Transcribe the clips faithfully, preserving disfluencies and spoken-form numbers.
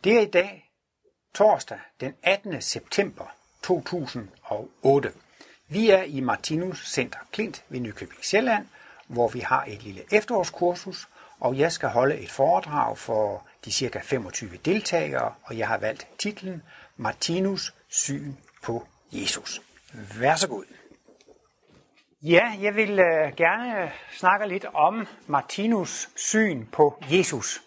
Det er i dag torsdag den attende september to tusind og otte. Vi er i Martinus Center Klint ved Nykøbing Sjælland, hvor vi har et lille efterårskursus, og jeg skal holde et foredrag for de ca. femogtyve deltagere, og jeg har valgt titlen Martinus syn på Jesus. Vær så god. Ja, jeg vil uh, gerne snakke lidt om Martinus syn på Jesus.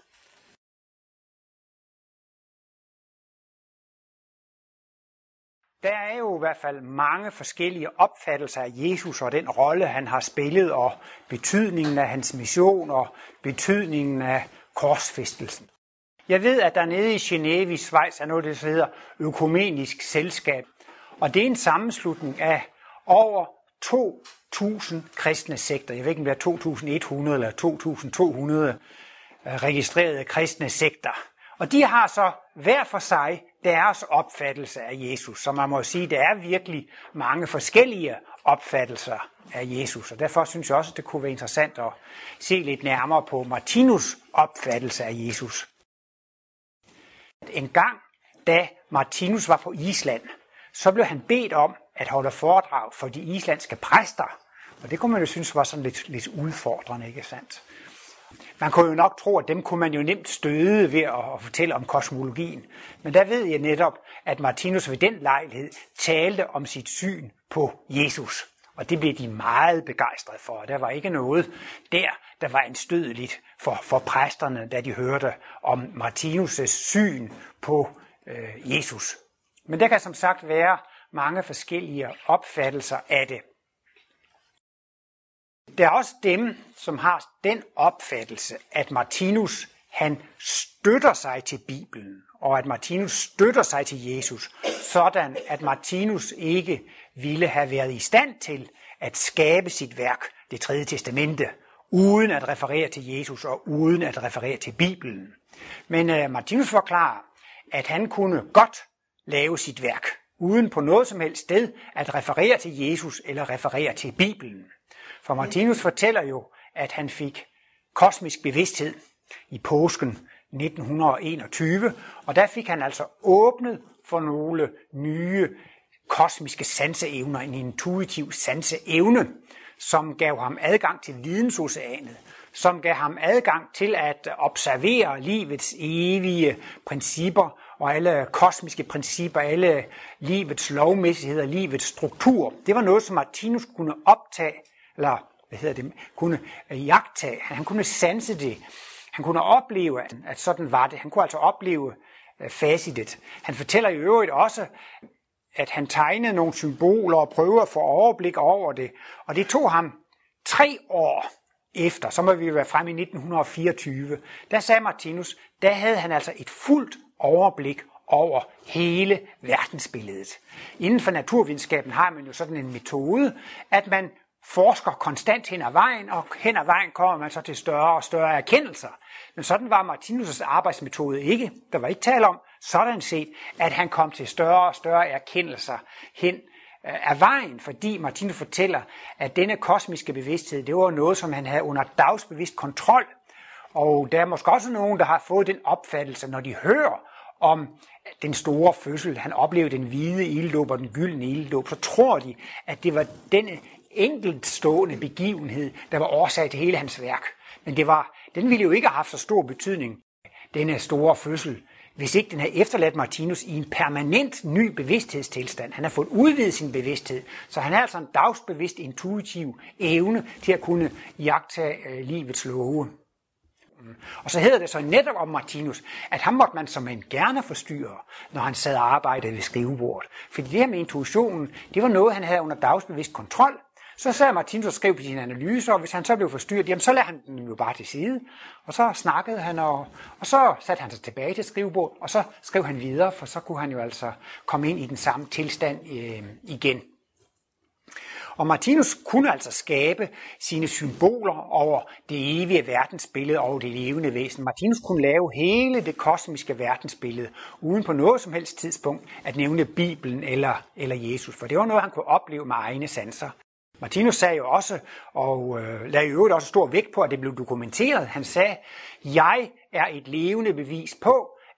Der er jo i hvert fald mange forskellige opfattelser af Jesus og den rolle, han har spillet, og betydningen af hans mission og betydningen af korsfæstelsen. Jeg ved, at der nede i Genève i Schweiz er noget, der hedder Økumenisk Selskab, og det er en sammenslutning af over to tusind kristne sekter. Jeg ved ikke, om det er to tusind et hundrede eller to tusind to hundrede registrerede kristne sekter. Og de har så hver for sig deres opfattelse af Jesus. Så man må sige, at der er virkelig mange forskellige opfattelser af Jesus. Og derfor synes jeg også, at det kunne være interessant at se lidt nærmere på Martinus opfattelse af Jesus. En gang, da Martinus var på Island, så blev han bedt om at holde foredrag for de islandske præster. Og det kunne man jo synes var sådan lidt, lidt udfordrende, ikke sandt? Man kunne jo nok tro, at dem kunne man jo nemt støde ved at fortælle om kosmologien. Men der ved jeg netop, at Martinus ved den lejlighed talte om sit syn på Jesus. Og det blev de meget begejstrede for. Der var ikke noget der, der var anstødeligt for, for præsterne, da de hørte om Martinus' syn på øh, Jesus. Men der kan som sagt være mange forskellige opfattelser af det. Der er også dem, som har den opfattelse, at Martinus han støtter sig til Bibelen, og at Martinus støtter sig til Jesus, sådan at Martinus ikke ville have været i stand til at skabe sit værk, det tredje testamente, uden at referere til Jesus og uden at referere til Bibelen. Men uh, Martinus forklarer, at han kunne godt lave sit værk, uden på noget som helst sted at referere til Jesus eller referere til Bibelen. For Martinus fortæller jo, at han fik kosmisk bevidsthed i påsken nitten enogtyve, og der fik han altså åbnet for nogle nye kosmiske sanseevner, en intuitiv sanseevne, som gav ham adgang til vidensoceanet, som gav ham adgang til at observere livets evige principper og alle kosmiske principper, alle livets lovmæssigheder, livets struktur. Det var noget, som Martinus kunne optage, eller hvad hedder det, kunne jagtage. Han kunne sanse det. Han kunne opleve, at sådan var det. Han kunne altså opleve facitet. Han fortæller i øvrigt også, at han tegnede nogle symboler og prøvede at få overblik over det. Og det tog ham tre år efter, så må vi være frem i nitten fireogtyve. Der sagde Martinus, der havde han altså et fuldt overblik over hele verdensbilledet. Inden for naturvidenskaben har man jo sådan en metode, at man forsker konstant hen ad vejen, og hen ad vejen kommer man så til større og større erkendelser. Men sådan var Martinus' arbejdsmetode ikke. Der var ikke tale om sådan set, at han kom til større og større erkendelser hen ad vejen, fordi Martinus fortæller, at denne kosmiske bevidsthed, det var noget, som han havde under dagsbevidst kontrol. Og der er måske også nogen, der har fået den opfattelse, når de hører om den store fødsel, han oplevede den hvide ilddåb og den gyldne ilddåb, så tror de, at det var denne enkeltstående begivenhed, der var årsag til hele hans værk. Men det var, den ville jo ikke have haft så stor betydning, denne store fødsel, hvis ikke den havde efterladt Martinus i en permanent ny bevidsthedstilstand. Han har fået udvidet sin bevidsthed, så han har altså en dagsbevidst intuitiv evne til at kunne jagtage livets love. Og så hedder det så netop om Martinus, at ham måtte man som en gerne forstyrre, når han sad og arbejdede ved skrivebordet. Fordi det her med intuitionen, det var noget, han havde under dagsbevidst kontrol. Så sad Martinus og skrev på sine analyser, og hvis han så blev forstyrret, jamen så lagde han den jo bare til side. Og så snakkede han, og, og så satte han sig tilbage til skrivebordet, og så skrev han videre, for så kunne han jo altså komme ind i den samme tilstand øh, igen. Og Martinus kunne altså skabe sine symboler over det evige verdensbillede og det levende væsen. Martinus kunne lave hele det kosmiske verdensbillede, uden på noget som helst tidspunkt at nævne Bibelen eller, eller Jesus. For det var noget, han kunne opleve med egne sanser. Martinus sagde jo også, og øh, lagde i øvrigt også stor vægt på, at det blev dokumenteret. Han sagde, jeg er et levende bevis på,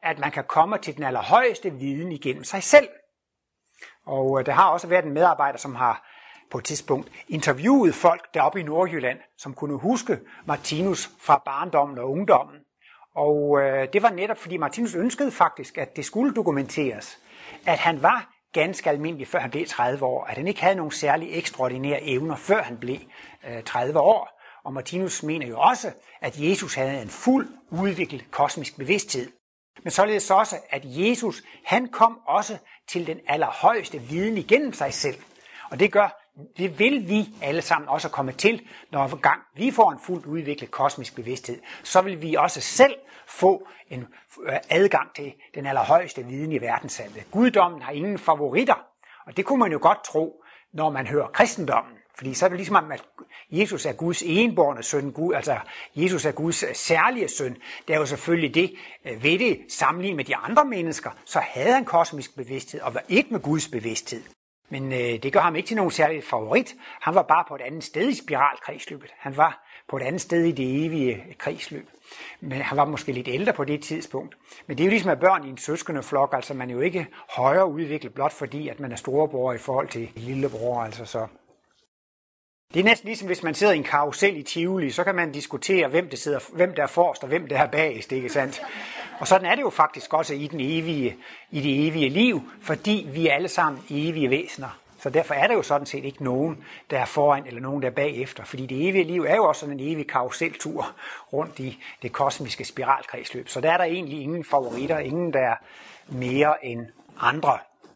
at man kan komme til den allerhøjeste viden igennem sig selv. Og øh, der har også været en medarbejder, som har på et tidspunkt interviewet folk deroppe i Nordjylland, som kunne huske Martinus fra barndommen og ungdommen. Og øh, det var netop, fordi Martinus ønskede faktisk, at det skulle dokumenteres, at han var ganske almindelig, før han blev tredive år, at han ikke havde nogen særlig ekstraordinære evner, før han blev øh, tredive år. Og Martinus mener jo også, at Jesus havde en fuld udviklet kosmisk bevidsthed. Men således også, at Jesus, han kom også til den allerhøjeste viden igennem sig selv. Og det gør, det vil vi alle sammen også komme til, når gang vi får en fuldt udviklet kosmisk bevidsthed. Så vil vi også selv få en adgang til den allerhøjeste viden i verdenssamlet. Guddommen har ingen favoritter, og det kunne man jo godt tro, når man hører kristendommen. Fordi så er det ligesom, at Jesus er Guds enbårne søn, Gud, altså Jesus er Guds særlige søn. Det er jo selvfølgelig det ved det sammenlignet med de andre mennesker, så havde han kosmisk bevidsthed og var et med Guds bevidsthed. Men øh, det gør ham ikke til nogen særlig favorit. Han var bare på et andet sted i spiralkredsløbet. Han var på et andet sted i det evige kredsløb. Men han var måske lidt ældre på det tidspunkt. Men det er jo ligesom at børn i en søskendeflok, altså man er jo ikke højere udviklet blot fordi, at man er storebror i forhold til lillebror, altså så. Det er næsten ligesom, hvis man sidder i en karusel i Tivoli, så kan man diskutere, hvem, det sidder, hvem der er forrest og hvem der er bagest, ikke sandt? Og sådan er det jo faktisk også i, den evige, i det evige liv, fordi vi er alle sammen evige væsener. Så derfor er der jo sådan set ikke nogen, der er foran eller nogen, der er bagefter. Fordi det evige liv er jo også sådan en evig karuseltur rundt i det kosmiske spiralkredsløb. Så der er der egentlig ingen favoritter, ingen der er mere end andre.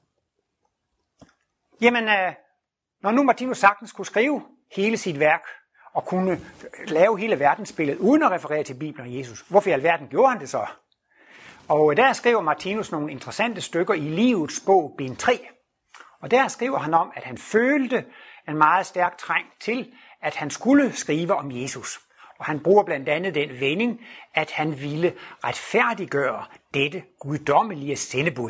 Jamen, når nu Martinus sagtens kunne skrive hele sit værk og kunne lave hele verdensbilledet uden at referere til Bibelen og Jesus, hvorfor i alverden gjorde han det så? Og der skriver Martinus nogle interessante stykker i Livets bog, bind tre. Og der skriver han om, at han følte en meget stærk træng til, at han skulle skrive om Jesus. Og han bruger blandt andet den vending, at han ville retfærdiggøre dette guddommelige sendebud.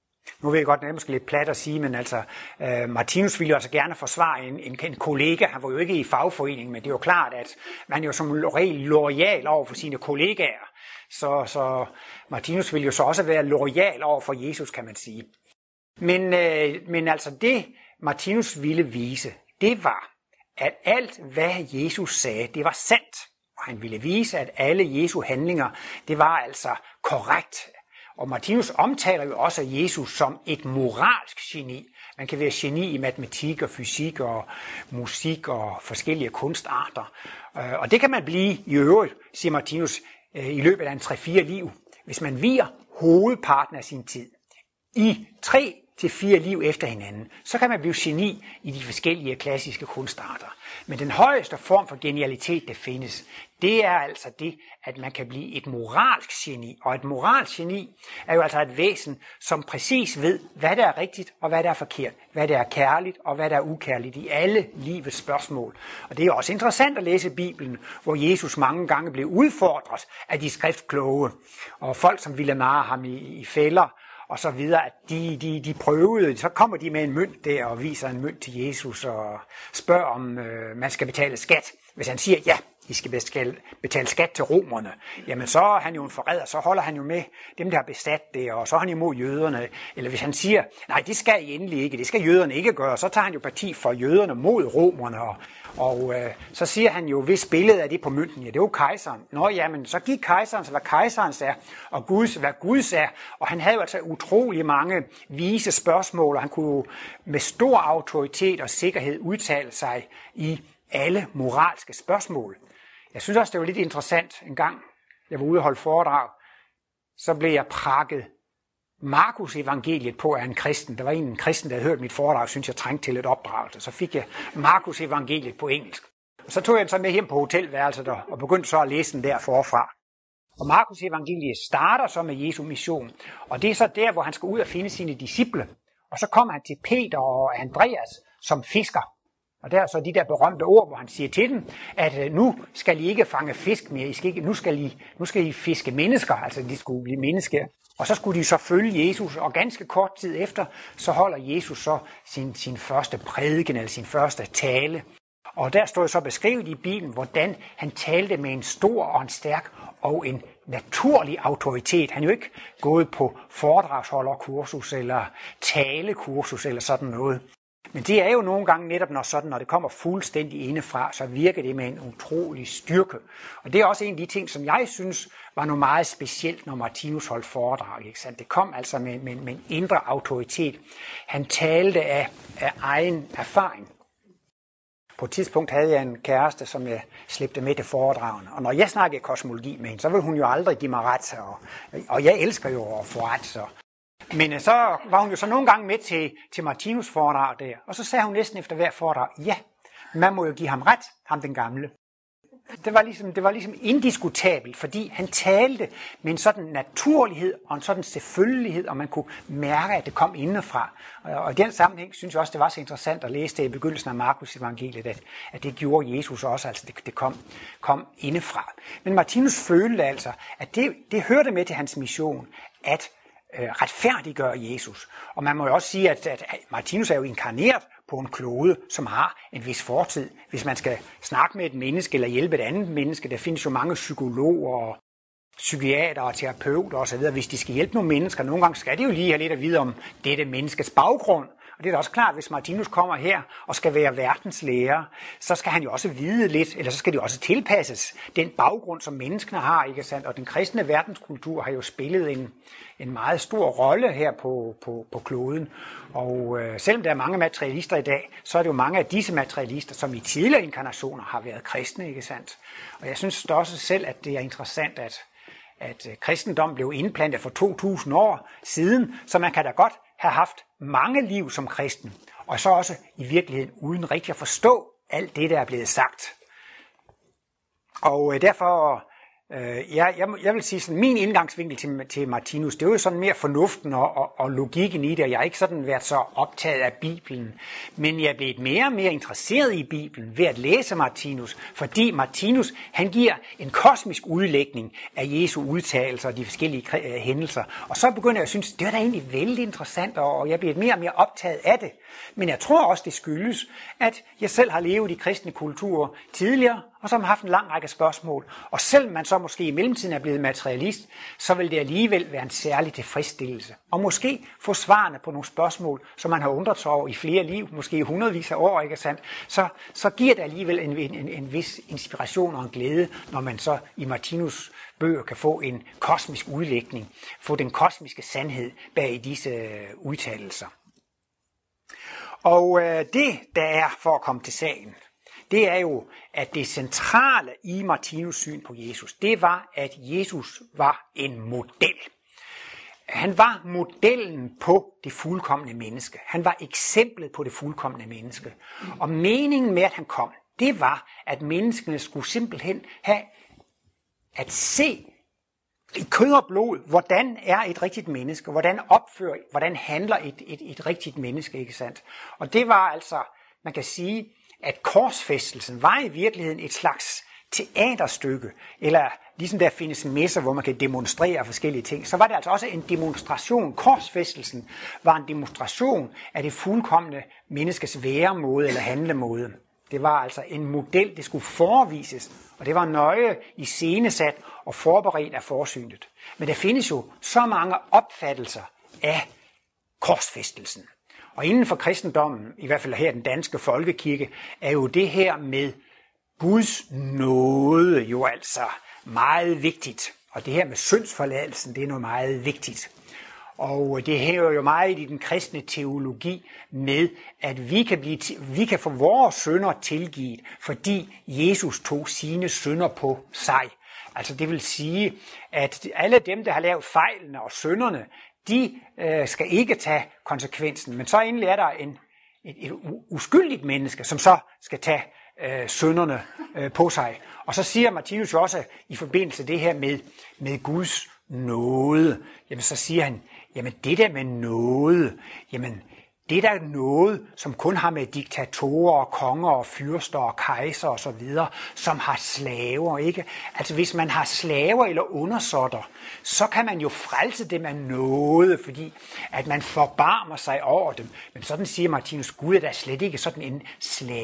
Nu ved jeg godt, det er måske lidt plat at sige, men altså, øh, Martinus ville jo altså gerne forsvare en, en, en kollega. Han var jo ikke i fagforeningen, men det er jo klart, at man jo som regel loyal over for sine kollegaer. Så, så Martinus ville jo så også være loyal over for Jesus, kan man sige. Men, øh, men altså det, Martinus ville vise, det var, at alt, hvad Jesus sagde, det var sandt. Og han ville vise, at alle Jesu handlinger, det var altså korrekt. Og Martinus omtaler jo også Jesus som et moralsk geni. Man kan være geni i matematik og fysik og musik og forskellige kunstarter. Og det kan man blive i øvrigt, siger Martinus, i løbet af en tre-fire liv, hvis man vier hovedparten af sin tid. I tre til fire liv efter hinanden, så kan man blive geni i de forskellige klassiske kunstarter. Men den højeste form for genialitet, der findes, det er altså det, at man kan blive et moralsk geni. Og et moralsk geni er jo altså et væsen, som præcis ved, hvad der er rigtigt og hvad der er forkert. Hvad der er kærligt og hvad der er ukærligt i alle livets spørgsmål. Og det er også interessant at læse Bibelen, hvor Jesus mange gange blev udfordret af de skriftkloge. Og folk, som ville narre ham i, i fælder, og så videre, at de, de, de prøvede, så kommer de med en mønt der og viser en mønt til Jesus og spørger, om øh, man skal betale skat. Hvis han siger, ja, I skal betale skat til romerne, jamen så er han jo en forræder, så holder han jo med dem, der har besat det, og så er han imod jøderne. Eller hvis han siger, nej, det skal I endelig ikke, det skal jøderne ikke gøre, så tager han jo parti for jøderne mod romerne. Og, og øh, så siger han jo, hvis billedet er det på mønten, ja, det er jo kejseren. Nå jamen, så giv kejseren så hvad kejserens er, og Guds hvad Guds er. Og han havde jo altså utrolig mange vise spørgsmål, og han kunne jo med stor autoritet og sikkerhed udtale sig i alle moralske spørgsmål. Jeg synes også, det var lidt interessant en gang, jeg var ude og holde foredrag, så blev jeg prakket Markus evangeliet på af en kristen. Der var en kristen, der havde hørt mit foredrag, synes jeg trængte til et opdragelse. Så fik jeg Markus evangeliet på engelsk. Og så tog jeg den så med hjem på hotelværelset og begyndte så at læse den der forfra. Og Markus evangeliet starter så med Jesu mission. Og det er så der, hvor han skal ud og finde sine disciple. Og så kommer han til Peter og Andreas som fisker. Og der er så de der berømte ord, hvor han siger til dem, at nu skal I ikke fange fisk mere, I skal ikke, nu, skal I, nu skal I fiske mennesker, altså de skulle blive mennesker. Og så skulle de så følge Jesus, og ganske kort tid efter, så holder Jesus så sin, sin første prædiken, eller sin første tale. Og der står så beskrevet i Bibelen, hvordan han talte med en stor og en stærk og en naturlig autoritet. Han er jo ikke gået på foredragsholderkursus eller talekursus eller sådan noget. Men det er jo nogle gange netop, når, sådan, når det kommer fuldstændig indefra, så virker det med en utrolig styrke. Og det er også en af de ting, som jeg synes var noget meget specielt, når Martinus holdt foredrag. Ikke sandt? Det kom altså med, med, med en indre autoritet. Han talte af, af egen erfaring. På et tidspunkt havde jeg en kæreste, som jeg slæbte med til foredragene. Og når jeg snakkede kosmologi med hende, så ville hun jo aldrig give mig ret. Og, og jeg elsker jo at få ret. Så. Men så var hun jo så nogle gange med til, til Martinus foredrag der. Og så sagde hun næsten efter hver foredrag, ja, man må jo give ham ret, ham den gamle. Det var ligesom, det var ligesom indiskutabelt, fordi han talte med en sådan naturlighed og en sådan selvfølgelighed, og man kunne mærke, at det kom indefra. Og i den sammenhæng synes jeg også, det var så interessant at læse det i begyndelsen af Markus evangeliet, at, at det gjorde Jesus også, altså det, det kom, kom indefra. Men Martinus følte altså, at det, det hørte med til hans mission, at øh, retfærdiggøre Jesus. Og man må jo også sige, at, at Martinus er jo inkarneret på en klode, som har en vis fortid. Hvis man skal snakke med et menneske eller hjælpe et andet menneske, der findes jo mange psykologer og psykiater og terapeuter osv. Hvis de skal hjælpe nogle mennesker, nogle gange skal de jo lige have lidt at vide om dette menneskes baggrund. Og det er da også klart, hvis Martinus kommer her og skal være verdenslærer, så skal han jo også vide lidt, eller så skal det også tilpasses den baggrund, som menneskene har, ikke sandt? Og den kristne verdenskultur har jo spillet en, en meget stor rolle her på, på, på kloden. Og øh, selvom der er mange materialister i dag, så er det jo mange af disse materialister, som i tidligere inkarnationer har været kristne, ikke sandt? Og jeg synes også selv, at det er interessant, at, at kristendom blev indplantet for to tusind år siden, så man kan da godt have haft mange liv som kristen, og så også i virkeligheden uden rigtig at forstå alt det, der er blevet sagt. Og derfor, øh, jeg, jeg, jeg vil sige, sådan, min indgangsvinkel til, til Martinus, det er jo sådan mere fornuften og, og, og logikken i det, og jeg har ikke sådan været så optaget af Bibelen, men jeg er blevet mere og mere interesseret i Bibelen ved at læse Martinus, fordi Martinus, han giver en kosmisk udlægning af Jesu udtalelser og de forskellige øh, hændelser, og så begynder jeg at synes, det er da egentlig vældig interessant, og jeg bliver mere og mere optaget af det. Men jeg tror også, det skyldes, at jeg selv har levet i kristne kulturer tidligere, og så har man haft en lang række spørgsmål. Og selvom man så måske i mellemtiden er blevet materialist, så vil det alligevel være en særlig tilfredsstillelse. Og måske få svarene på nogle spørgsmål, som man har undret sig over i flere liv, måske i hundredvis af år, ikke sandt? Så, så giver det alligevel en, en, en vis inspiration og en glæde, når man så i Martinus bøger kan få en kosmisk udlægning, få den kosmiske sandhed bag disse udtalelser. Og øh, det, der er for at komme til sagen, det er jo, at det centrale i Martinus syn på Jesus, det var, at Jesus var en model. Han var modellen på det fuldkomne menneske. Han var eksemplet på det fuldkomne menneske. Og meningen med, at han kom, det var, at menneskene skulle simpelthen have at se i kød og blod, hvordan er et rigtigt menneske, hvordan opfører, hvordan handler et, et, et rigtigt menneske, ikke sandt? Og det var altså, man kan sige, at korsfæstelsen var i virkeligheden et slags teaterstykke, eller ligesom der findes messer, hvor man kan demonstrere forskellige ting, så var det altså også en demonstration. Korsfæstelsen var en demonstration af det fuldkomne menneskes væremåde eller handlemåde. Det var altså en model, det skulle forvises, og det var nøje iscenesat og forberedt af forsynet. Men der findes jo så mange opfattelser af korsfæstelsen. Og inden for kristendommen, i hvert fald her den danske folkekirke, er jo det her med Guds nåde jo altså meget vigtigt. Og det her med syndsforladelsen, det er noget meget vigtigt. Og det hæver jo meget i den kristne teologi med, at vi kan, blive, vi kan få vores synder tilgivet, fordi Jesus tog sine synder på sig. Altså det vil sige, at alle dem, der har lavet fejlene og synderne, de øh, skal ikke tage konsekvensen. Men så endelig er der en, et, et uskyldigt menneske, som så skal tage øh, synderne øh, på sig. Og så siger Martinus jo også i forbindelse det her med, med Guds nåde. Jamen så siger han, jamen det der med nåde, jamen det der er noget, som kun har med diktatorer og konger og fyrster og kejser og så videre, som har slaver, ikke? Altså hvis man har slaver eller undersåtter, så kan man jo frelse dem af nåde, fordi at man forbarmer sig over dem. Men sådan siger Martinus, Gud er der slet ikke sådan en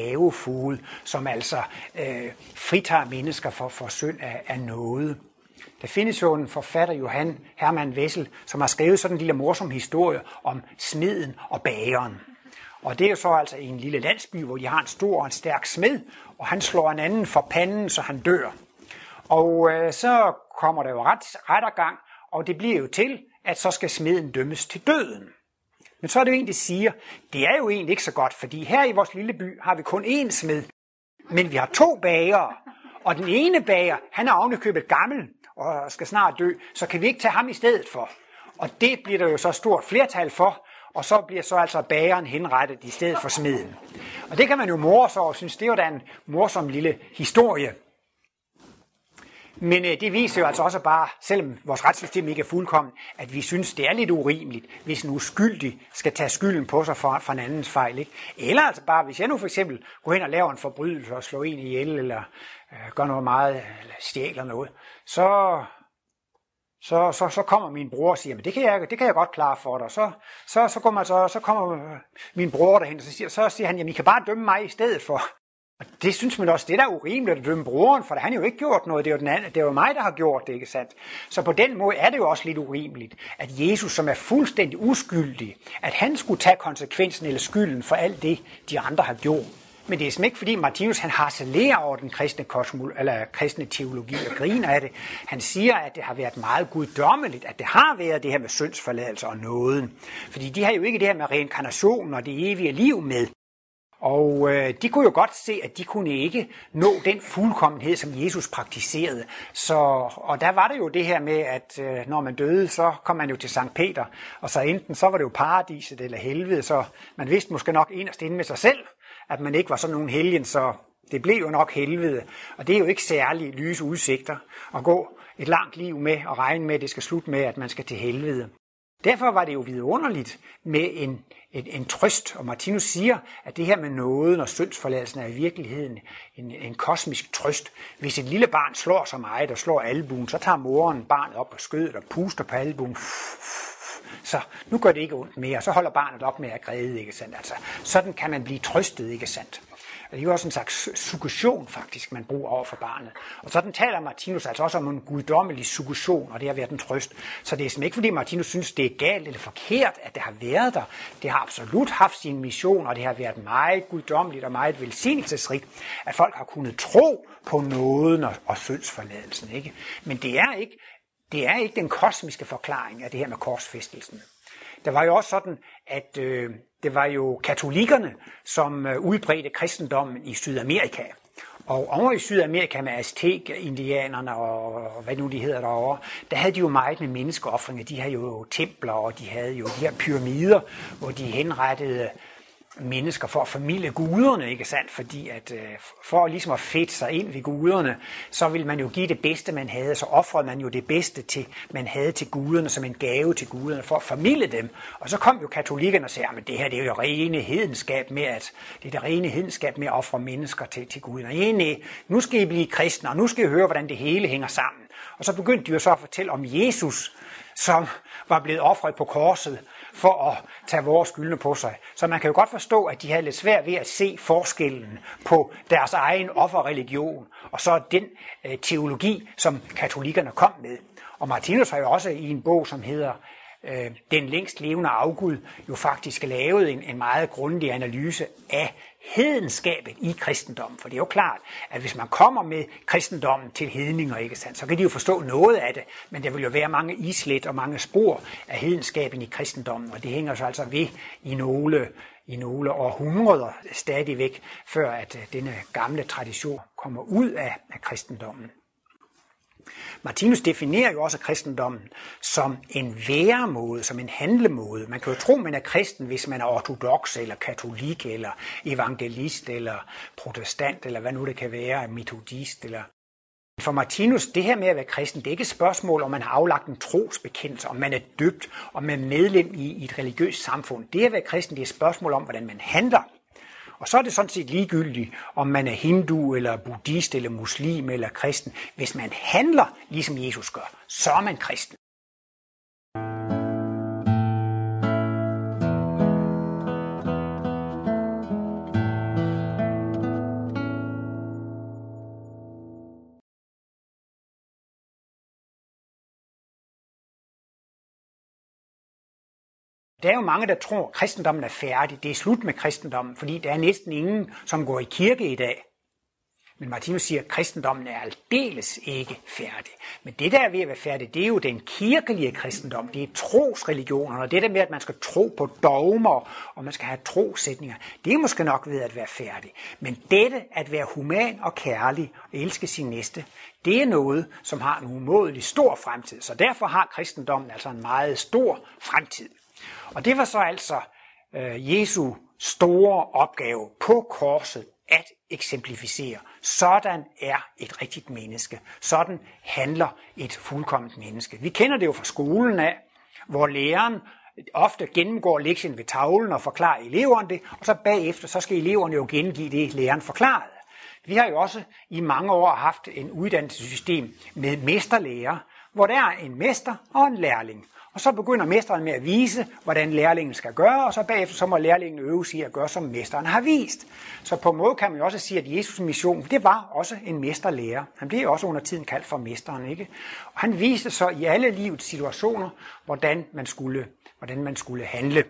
slavefod, som altså øh, fritager mennesker for, for synd af, af nåde. Der findes jo en forfatter, Johan Hermann Wessel, som har skrevet sådan en lille morsom historie om smeden og bageren. Og det er jo så altså i en lille landsby, hvor de har en stor og en stærk smed, og han slår en anden for panden, så han dør. Og øh, så kommer der jo ret, rettergang, og det bliver jo til, at så skal smeden dømmes til døden. Men så er det jo en, der siger, det er jo egentlig ikke så godt, fordi her i vores lille by har vi kun én smed, men vi har to bagere, og den ene bager, han er ovenikøbet gammel og skal snart dø, så kan vi ikke tage ham i stedet for. Og det bliver der jo så stort flertal for, og så bliver så altså bageren henrettet i stedet for smeden. Og det kan man jo more sig over, og synes, det er jo da en morsom lille historie. Men øh, det viser jo altså også bare, selvom vores retssystem ikke er fuldkommen, at vi synes, det er lidt urimeligt, hvis en uskyldig skal tage skylden på sig for, for en andens fejl. Ikke? Eller altså bare, hvis jeg nu for eksempel går hen og laver en forbrydelse og slår en ihjel, eller øh, gør noget meget, eller stjæler noget, så, så, så, så kommer min bror og siger, men det kan jeg, det kan jeg godt klare for dig. Så, så, så, kommer, så, så kommer min bror derhen, og så siger, så siger han, jamen I kan bare dømme mig i stedet for. Og det synes man også, det er da urimeligt at dømme broren, for han har jo ikke gjort noget, det er jo, den anden, det er jo mig, der har gjort det, ikke sandt? Så på den måde er det jo også lidt urimeligt, at Jesus, som er fuldstændig uskyldig, at han skulle tage konsekvensen eller skylden for alt det, de andre har gjort. Men det er simpelthen ikke, fordi Martinus han harcelerer over den kristne, kosmol, eller kristne teologi og griner af det. Han siger, at det har været meget guddommeligt, at det har været det her med syndsforladelse og nåden. Fordi de har jo ikke det her med reinkarnation og det evige liv med. Og øh, de kunne jo godt se, at de kunne ikke nå den fuldkommenhed, som Jesus praktiserede. Så, og der var det jo det her med, at øh, når man døde, så kom man jo til Sankt Peter. Og så enten så var det jo paradiset eller helvede, så man vidste måske nok inderst inde med sig selv, at man ikke var sådan nogen helgen, så det blev jo nok helvede. Og det er jo ikke særlig lyse udsigter at gå et langt liv med og regne med, at det skal slutte med, at man skal til helvede. Derfor var det jo vidunderligt med en, en, en trøst, og Martinus siger, at det her med nåden og syndsforladelsen er i virkeligheden en, en kosmisk trøst. Hvis et lille barn slår så meget og slår albuen, så tager moren barnet op på skødet og puster på albuen. Så nu gør det ikke ondt mere, så holder barnet op med at græde, ikke sandt? Altså, sådan kan man blive trøstet, ikke sandt? Det er jo også en slags suggestion, faktisk, man bruger over for barnet. Og sådan taler Martinus altså også om en guddommelig suggestion, og det har været en trøst. Så det er simpelthen ikke, fordi Martinus synes, det er galt eller forkert, at det har været der. Det har absolut haft sin mission, og det har været meget guddommeligt og meget velsignelsesrigt, at folk har kunnet tro på nåden og, og syndsforladelsen. Ikke? Men det er ikke, det er ikke den kosmiske forklaring af det her med korsfæstelsen. Der var jo også sådan, at øh, det var jo katolikkerne, som øh, udbredte kristendommen i Sydamerika. Og over i Sydamerika med Aztek-indianerne og hvad nu de hedder derovre, der havde de jo meget med menneskeofringer. De havde jo templer, og de havde jo de her pyramider, hvor de henrettede mennesker for at formidle guderne, ikke sandt? Fordi at for ligesom at fedte sig ind ved guderne, så ville man jo give det bedste, man havde, så offrede man jo det bedste, til, man havde til guderne, som en gave til guderne, for at formidle dem. Og så kom jo katolikkerne og sagde, at det her det er jo rene hedenskab med at, det er det rene hedenskab med at ofre mennesker til, til guderne. Ja, nej, nu skal I blive kristne, og nu skal I høre, hvordan det hele hænger sammen. Og så begyndte de jo så at fortælle om Jesus, som var blevet ofret på korset, for at tage vores skyldne på sig. Så man kan jo godt forstå, at de havde lidt svært ved at se forskellen på deres egen offerreligion, og så den øh, teologi, som katolikkerne kom med. Og Martinus har jo også i en bog, som hedder øh, Den længst levende afgud, jo faktisk lavet en, en meget grundig analyse af hedenskabet i kristendommen. For det er jo klart, at hvis man kommer med kristendommen til hedninger, ikke sandt, så kan de jo forstå noget af det, men der vil jo være mange islet og mange spor af hedenskaben i kristendommen, og det hænger så altså ved i nogle, i nogle århundreder stadigvæk, før at denne gamle tradition kommer ud af, af kristendommen. Martinus definerer jo også kristendommen som en væremåde, som en handlemåde. Man kan jo tro, man er kristen, hvis man er ortodox, eller katolik, eller evangelist, eller protestant, eller hvad nu det kan være, metodist. Eller... For Martinus, det her med at være kristen, det er ikke et spørgsmål, om man har aflagt en trosbekendelse, om man er døbt, om man er medlem i, i et religiøst samfund. Det at være kristen, det er et spørgsmål om, hvordan man handler. Og så er det sådan set ligegyldigt, om man er hindu, eller buddhist, eller muslim, eller kristen. Hvis man handler, ligesom Jesus gør, så er man kristen. Der er jo mange, der tror, at kristendommen er færdig. Det er slut med kristendommen, fordi der er næsten ingen, som går i kirke i dag. Men Martinus siger, at kristendommen er aldeles ikke færdig. Men det, der er ved at være færdig, det er jo den kirkelige kristendom. Det er trosreligioner, og det der med, at man skal tro på dogmer, og man skal have trosætninger, det er måske nok ved at være færdig. Men dette at være human og kærlig og elske sin næste, det er noget, som har en umådelig stor fremtid. Så derfor har kristendommen altså en meget stor fremtid. Og det var så altså øh, Jesu store opgave på korset at eksemplificere. Sådan er et rigtigt menneske. Sådan handler et fuldkomment menneske. Vi kender det jo fra skolen af, hvor læreren ofte gennemgår lektien ved tavlen og forklarer eleverne det, og så bagefter så skal eleverne jo gengive det, læreren forklarede. Vi har jo også i mange år haft en uddannelsessystem med mesterlærer, hvor der er en mester og en lærling. Og så begynder mesteren med at vise, hvordan lærlingen skal gøre, og så bagefter så må lærlingen øve sig at gøre, som mesteren har vist. Så på en måde kan man jo også sige, at Jesus' mission, det var også en mesterlærer. Han blev også under tiden kaldt for mesteren, ikke? Og han viste så i alle livets situationer, hvordan man skulle, hvordan man skulle handle.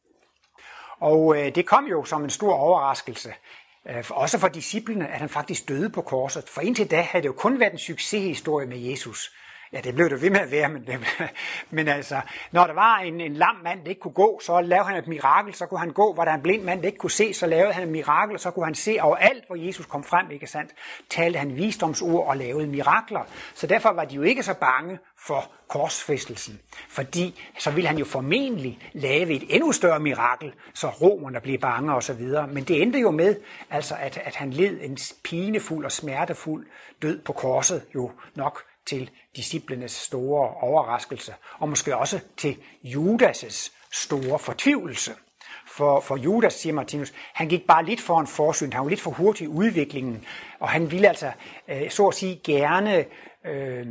Og øh, det kom jo som en stor overraskelse, øh, også for disciplene, at han faktisk døde på korset. For indtil da havde det jo kun været en succeshistorie med Jesus. Ja, det blev det ved med at være, men, men altså, når der var en, en lam mand, der ikke kunne gå, så lavede han et mirakel, så kunne han gå. Hvor der er en blind mand, der ikke kunne se, så lavede han et mirakel, og så kunne han se overalt, hvor Jesus kom frem, ikke sandt? Talte han visdomsord og lavede mirakler. Så derfor var de jo ikke så bange for korsfæstelsen, fordi så ville han jo formentlig lave et endnu større mirakel, så romerne blev bange og så videre. Men det endte jo med, altså, at, at han led en pinefuld og smertefuld død på korset, jo nok til disciplenes store overraskelse, og måske også til Judas' store fortvivlelse. For, for Judas, siger Martinus, han gik bare lidt for en forsyn, han var lidt for hurtig i udviklingen, og han ville altså, øh, så at sige, gerne øh,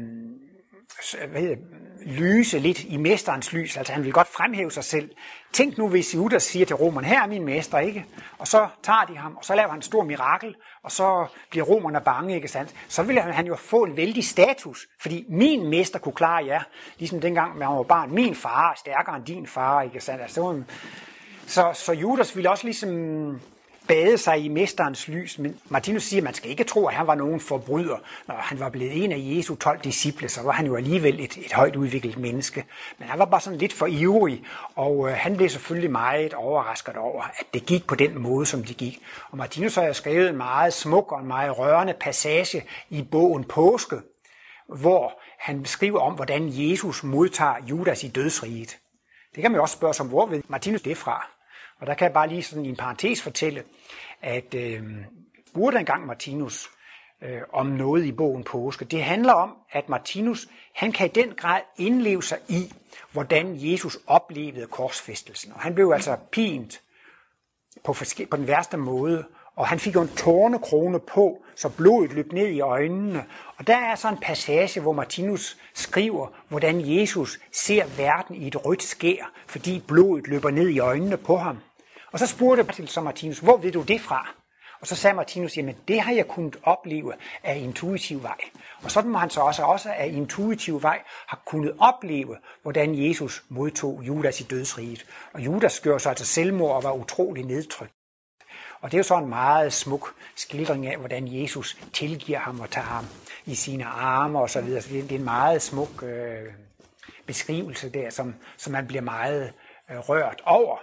hvad hedder, lyse lidt i mesterens lys, altså han ville godt fremhæve sig selv. Tænk nu, hvis Judas siger til romerne, her er min mester, ikke? Og så tager de ham, og så laver han en stor mirakel, og så bliver romerne bange, ikke sandt? Så ville han jo få en vældig status, fordi min mester kunne klare jer, ligesom dengang man var barn. Min far er stærkere end din far, ikke sandt? Altså, så, så Judas ville også ligesom bade sig i mesterens lys, men Martinus siger, at man skal ikke tro, at han var nogen forbryder. Når han var blevet en af Jesu tolv disciple, så var han jo alligevel et, et højt udviklet menneske. Men han var bare sådan lidt for ivrig, og øh, han blev selvfølgelig meget overrasket over, at det gik på den måde, som det gik. Og Martinus har skrevet en meget smuk og en meget rørende passage i bogen Påske, hvor han beskriver om, hvordan Jesus modtager Judas i dødsriget. Det kan man også spørge sig, hvor ved Martinus det fra? Og der kan jeg bare lige sådan i en parentes fortælle, at øh, spurgte engang Martinus øh, om noget i bogen Påske. Det handler om, at Martinus, han kan i den grad indleve sig i, hvordan Jesus oplevede korsfæstelsen. Og han blev altså pint på, forske- på den værste måde, og han fik jo en tårnekrone på, så blodet løb ned i øjnene. Og der er så en passage, hvor Martinus skriver, hvordan Jesus ser verden i et rødt skær, fordi blodet løber ned i øjnene på ham. Og så spurgte så Martinus, hvor ved du det fra? Og så sagde Martinus, jamen det har jeg kunnet opleve af intuitiv vej. Og sådan må han så også, også af intuitiv vej have kunnet opleve, hvordan Jesus modtog Judas i dødsriget. Og Judas gjorde så altså selvmord og var utrolig nedtrykt. Og det er jo så en meget smuk skildring af, hvordan Jesus tilgiver ham og tager ham i sine arme og så videre. Så det er en meget smuk øh, beskrivelse der, som, som man bliver meget øh, rørt over.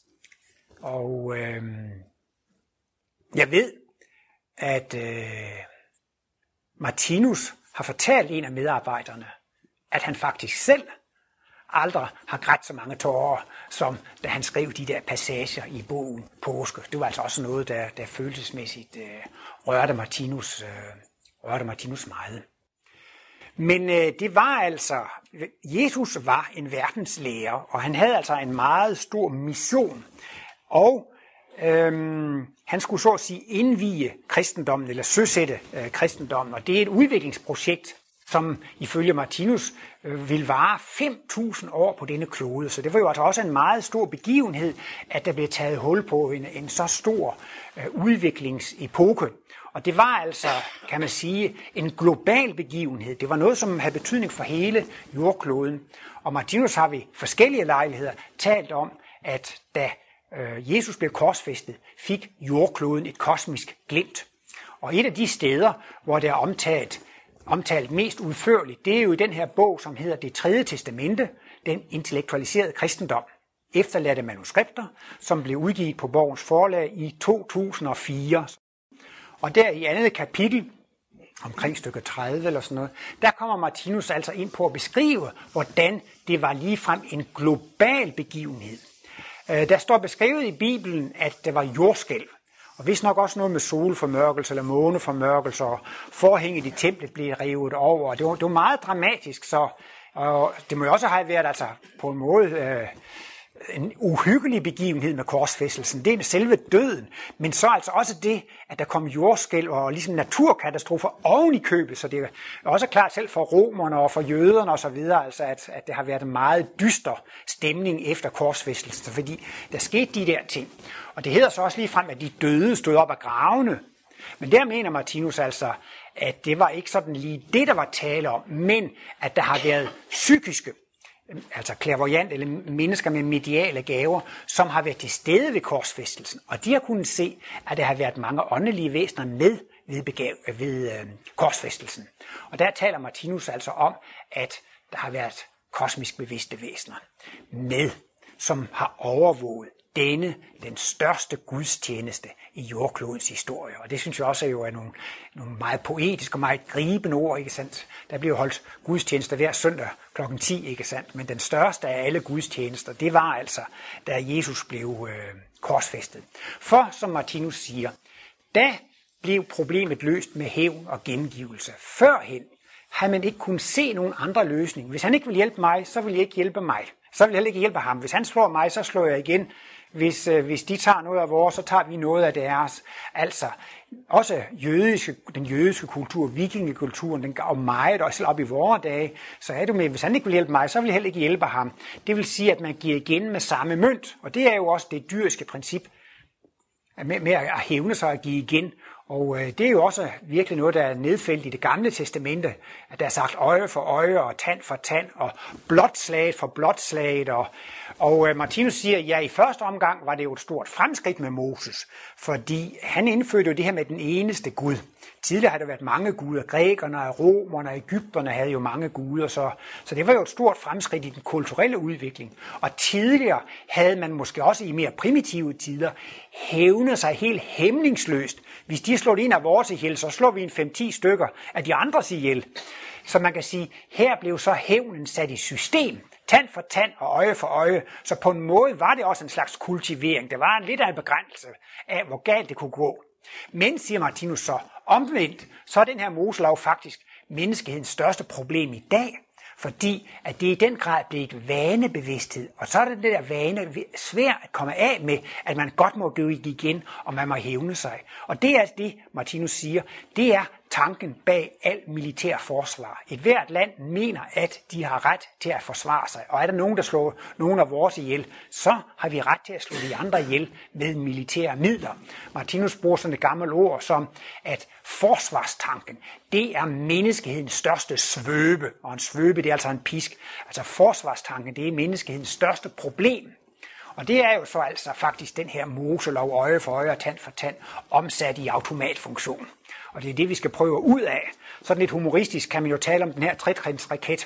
Og øh, jeg ved, at øh, Martinus har fortalt en af medarbejderne, at han faktisk selv aldrig har grædt så mange tårer, som da han skrev de der passager i bogen Påske. Det var altså også noget, der, der følelsesmæssigt øh, rørte, Martinus, øh, rørte Martinus meget. Men øh, det var altså, Jesus var en verdenslærer, og han havde altså en meget stor mission. Og øhm, han skulle så at sige indvie kristendommen, eller søsætte øh, kristendommen, og det er et udviklingsprojekt, som ifølge Martinus øh, vil vare fem tusind år på denne klode. Så det var jo altså også en meget stor begivenhed, at der blev taget hul på en, en så stor øh, udviklingsepoke. Og det var altså, kan man sige, en global begivenhed. Det var noget, som havde betydning for hele jordkloden. Og Martinus har ved forskellige lejligheder talt om, at da øh, Jesus blev korsfæstet, fik jordkloden et kosmisk glimt. Og et af de steder, hvor det er omtalt, omtalt mest udførligt, det er jo i den her bog, som hedder Det tredje testamente, den intellektualiserede kristendom. Efterladte manuskripter, som blev udgivet på Borgens Forlag i to tusind og fire. Og der i andet kapitel, omkring stykke tredive eller sådan noget, der kommer Martinus altså ind på at beskrive, hvordan det var ligefrem en global begivenhed. Der står beskrevet i Bibelen, at det var jordskælv, og vist nok også noget med solformørkelse eller måneformørkelse, og forhænget i templet blev revet over. Det var, det var meget dramatisk, så og det må jo også have været altså på en måde øh, en uhyggelig begivenhed med korsfæstelsen. Det er selve døden, men så altså også det, at der kom jordskælv og ligesom naturkatastrofer oven i købet, så det er også klart selv for romerne og for jøderne osv., altså at, at det har været en meget dyster stemning efter korsfæstelsen, fordi der skete de der ting. Og det hedder så også lige frem, at de døde stod op af gravene. Men der mener Martinus altså, at det var ikke sådan lige det, der var tale om, men at der har været psykiske, altså clairvoyant eller mennesker med mediale gaver, som har været til stede ved korsfæstelsen. Og de har kunnet se, at der har været mange åndelige væsener med ved, begav, ved øh, korsfæstelsen. Og der taler Martinus altså om, at der har været kosmisk bevidste væsener med, som har overvåget denne, den største gudstjeneste i jordklodens historie. Og det synes jeg også er jo er nogle, nogle meget poetiske og meget gribende ord, ikke sandt? Der bliver holdt gudstjenester hver søndag klokken ti, ikke sandt? Men den største af alle gudstjenester, det var altså, da Jesus blev øh, korsfæstet. For, som Martinus siger, da blev problemet løst med hævn og gengivelse. Førhen havde man ikke kunnet se nogen andre løsning. Hvis han ikke vil hjælpe mig, så vil jeg ikke hjælpe mig. Så vil jeg heller ikke hjælpe ham. Hvis han slår mig, så slår jeg igen. Hvis, øh, hvis de tager noget af vores, så tager vi noget af deres. Altså, også jødiske, den jødiske kultur, vikingekulturen, den gav meget, også op i vore dage, så er det med, hvis han ikke vil hjælpe mig, så vil jeg heller ikke hjælpe ham. Det vil sige, at man giver igen med samme mønt, og det er jo også det dyriske princip, med, med at hævne sig og give igen. Og øh, det er jo også virkelig noget, der er nedfældet i Det Gamle Testamente, at der er sagt øje for øje og tand for tand og blotslaget for blotslaget. Og, og øh, Martinus siger, ja, i første omgang var det jo et stort fremskridt med Moses, fordi han indførte jo det her med den eneste Gud. Tidligere har der været mange guder. Grækerne, romerne og egypterne havde jo mange guder, så, så det var jo et stort fremskridt i den kulturelle udvikling. Og tidligere havde man måske også i mere primitive tider hævnet sig helt hæmningsløst. Hvis de slår en af vores ihjel, så slår vi en fem ti stykker af de andres ihjel. Så man kan sige, her blev så hævnen sat i system. Tand for tand og øje for øje. Så på en måde var det også en slags kultivering. Det var en lidt af en begrænselse af, hvor galt det kunne gå. Men, siger Martinus så, omvendt, så er den her Moselov faktisk menneskehedens største problem i dag. Fordi at det i den grad blev et vanebevidsthed. Og så er det det der vane svært at komme af med, at man godt må gå igen, og man må hævne sig. Og det er det, Martinus siger, det er tanken bag al militær forsvar. Et hvert land mener, at de har ret til at forsvare sig. Og er der nogen, der slår nogen af vores ihjel, så har vi ret til at slå de andre ihjel med militære midler. Martinus bruger sådan et gammelt ord som, at forsvarstanken, det er menneskehedens største svøbe. Og en svøbe, det er altså en pisk. Altså forsvarstanken, det er menneskehedens største problem. Og det er jo så altså faktisk den her Moselov, øje for øje og tand for tand, omsat i automatfunktion. Og det er det, vi skal prøve ud af. Sådan lidt humoristisk kan man jo tale om den her tretrinsraket.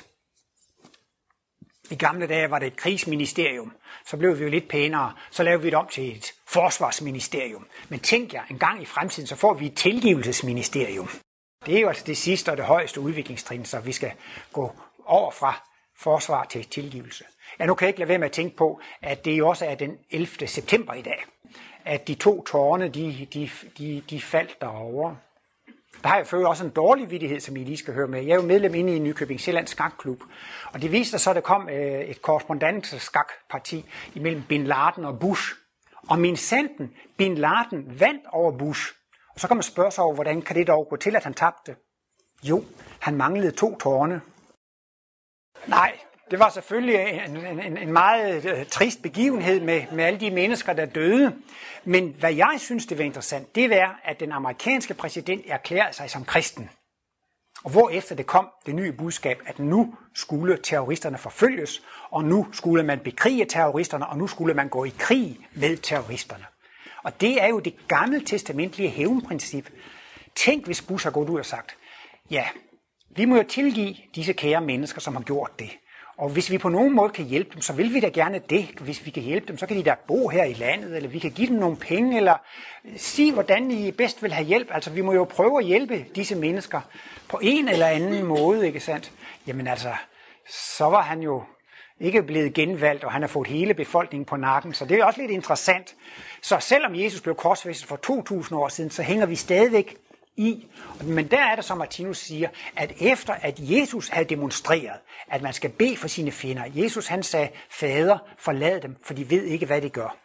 I gamle dage var det et krigsministerium. Så blev vi jo lidt pænere. Så lavede vi det om til et forsvarsministerium. Men tænk jer, en gang i fremtiden, så får vi et tilgivelsesministerium. Det er jo altså det sidste og det højeste udviklingstrin, så vi skal gå over fra forsvar til tilgivelse. Ja, nu kan jeg ikke lade være med at tænke på, at det jo også er den ellevte september i dag. At de to tårne, de, de, de, de faldt derovre. Der har jeg fået også en dårlig vittighed, som I lige skal høre med. Jeg er jo medlem inde i Nykøbing Sjællands skakklub. Og det viste sig så, at der kom øh, et korrespondentskakparti imellem Bin Laden og Bush. Og min sanden, Bin Laden vandt over Bush. Og så kan man spørge sig over, hvordan kan det dog gå til, at han tabte? Jo, han manglede to tårne. Nej, det var selvfølgelig en, en, en meget uh, trist begivenhed med, med alle de mennesker, der døde. Men hvad jeg synes, det var interessant, det var, at den amerikanske præsident erklærede sig som kristen. Og hvorefter det kom det nye budskab, at nu skulle terroristerne forfølges, og nu skulle man bekrige terroristerne, og nu skulle man gå i krig med terroristerne. Og det er jo det gammeltestamentlige hævnprincip. Tænk, hvis Bush har gået ud og sagt, ja, vi må jo tilgive disse kære mennesker, som har gjort det. Og hvis vi på nogen måde kan hjælpe dem, så vil vi da gerne det. Hvis vi kan hjælpe dem, så kan de da bo her i landet, eller vi kan give dem nogle penge, eller sige, hvordan I bedst vil have hjælp. Altså, vi må jo prøve at hjælpe disse mennesker på en eller anden måde, ikke sandt? Jamen altså, så var han jo ikke blevet genvalgt, og han har fået hele befolkningen på nakken, så det er også lidt interessant. Så selvom Jesus blev korsfæstet for to tusind år siden, så hænger vi stadigvæk i. Men der er det, som Martinus siger, at efter at Jesus havde demonstreret, at man skal bede for sine fjender, Jesus han sagde, fader, forlad dem, for de ved ikke, hvad de gør.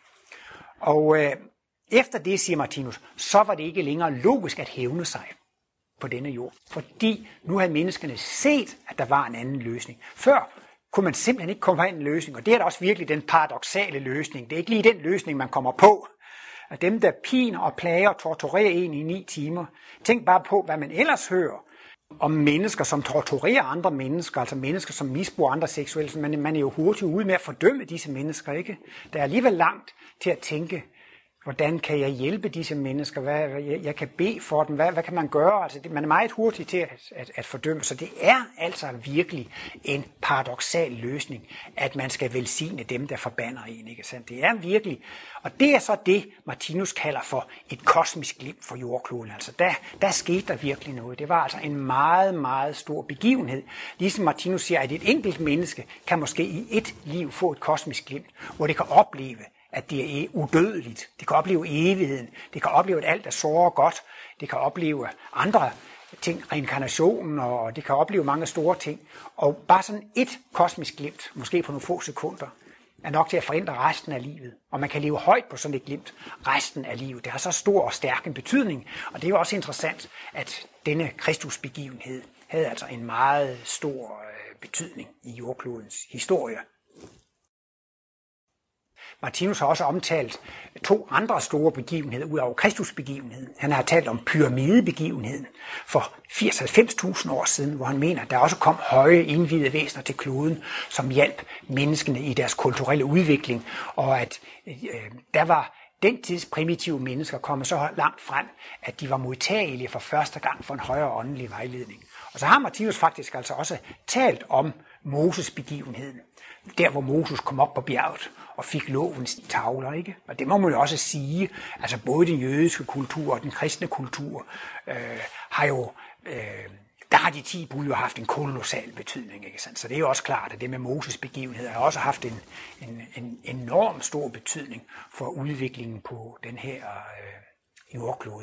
Og øh, efter det, siger Martinus, så var det ikke længere logisk at hævne sig på denne jord. Fordi nu havde menneskene set, at der var en anden løsning. Før kunne man simpelthen ikke komme af en løsning, og det er da også virkelig den paradoksale løsning. Det er ikke lige den løsning, man kommer på. At dem, der piner og plager og torturerer en i ni timer. Tænk bare på, hvad man ellers hører om mennesker, som torturerer andre mennesker, altså mennesker, som misbruger andre seksuelt. Man, man er jo hurtigt ude med at fordømme disse mennesker, ikke? Der er alligevel langt til at tænke, hvordan kan jeg hjælpe disse mennesker? Hvad, jeg, jeg kan bede for dem. Hvad, hvad kan man gøre? Altså, det, man er meget hurtig til at, at, at fordømme. Så det er altså virkelig en paradoksal løsning, at man skal velsigne dem, der forbander en. Ikke sandt? Det er virkelig. Og det er så det, Martinus kalder for et kosmisk glimt for jordkloden. Altså, der, der skete der virkelig noget. Det var altså en meget, meget stor begivenhed. Ligesom Martinus siger, at et enkelt menneske kan måske i et liv få et kosmisk glimt, hvor det kan opleve, at det er udødeligt. Det kan opleve evigheden. Det kan opleve, at alt er såre godt. Det kan opleve andre ting, reinkarnationen, og det kan opleve mange store ting. Og bare sådan et kosmisk glimt, måske på nogle få sekunder, er nok til at forandre resten af livet. Og man kan leve højt på sådan et glimt resten af livet. Det har så stor og stærk en betydning. Og det er jo også interessant, at denne Kristusbegivenhed havde altså en meget stor betydning i jordklodens historie. Martinus har også omtalt to andre store begivenheder ud over Kristusbegivenheden. Han har talt om pyramidebegivenheden for firs til halvfems tusind år siden, hvor han mener, at der også kom høje indvidede væsener til kloden, som hjalp menneskene i deres kulturelle udvikling, og at øh, der var den tids primitive mennesker kommet så langt frem, at de var modtagelige for første gang for en højere åndelig vejledning. Og så har Martinus faktisk altså også talt om Moses-begivenheden, der hvor Moses kom op på bjerget og fik lovens tavler, ikke? Og det må man jo også sige, altså både den jødiske kultur og den kristne kultur øh, har jo, øh, der har de ti bud jo haft en kolossal betydning, ikke sandt? Så det er jo også klart, at det med Moses begivenheder har også haft en, en, en enorm stor betydning for udviklingen på den her øh, jordklode.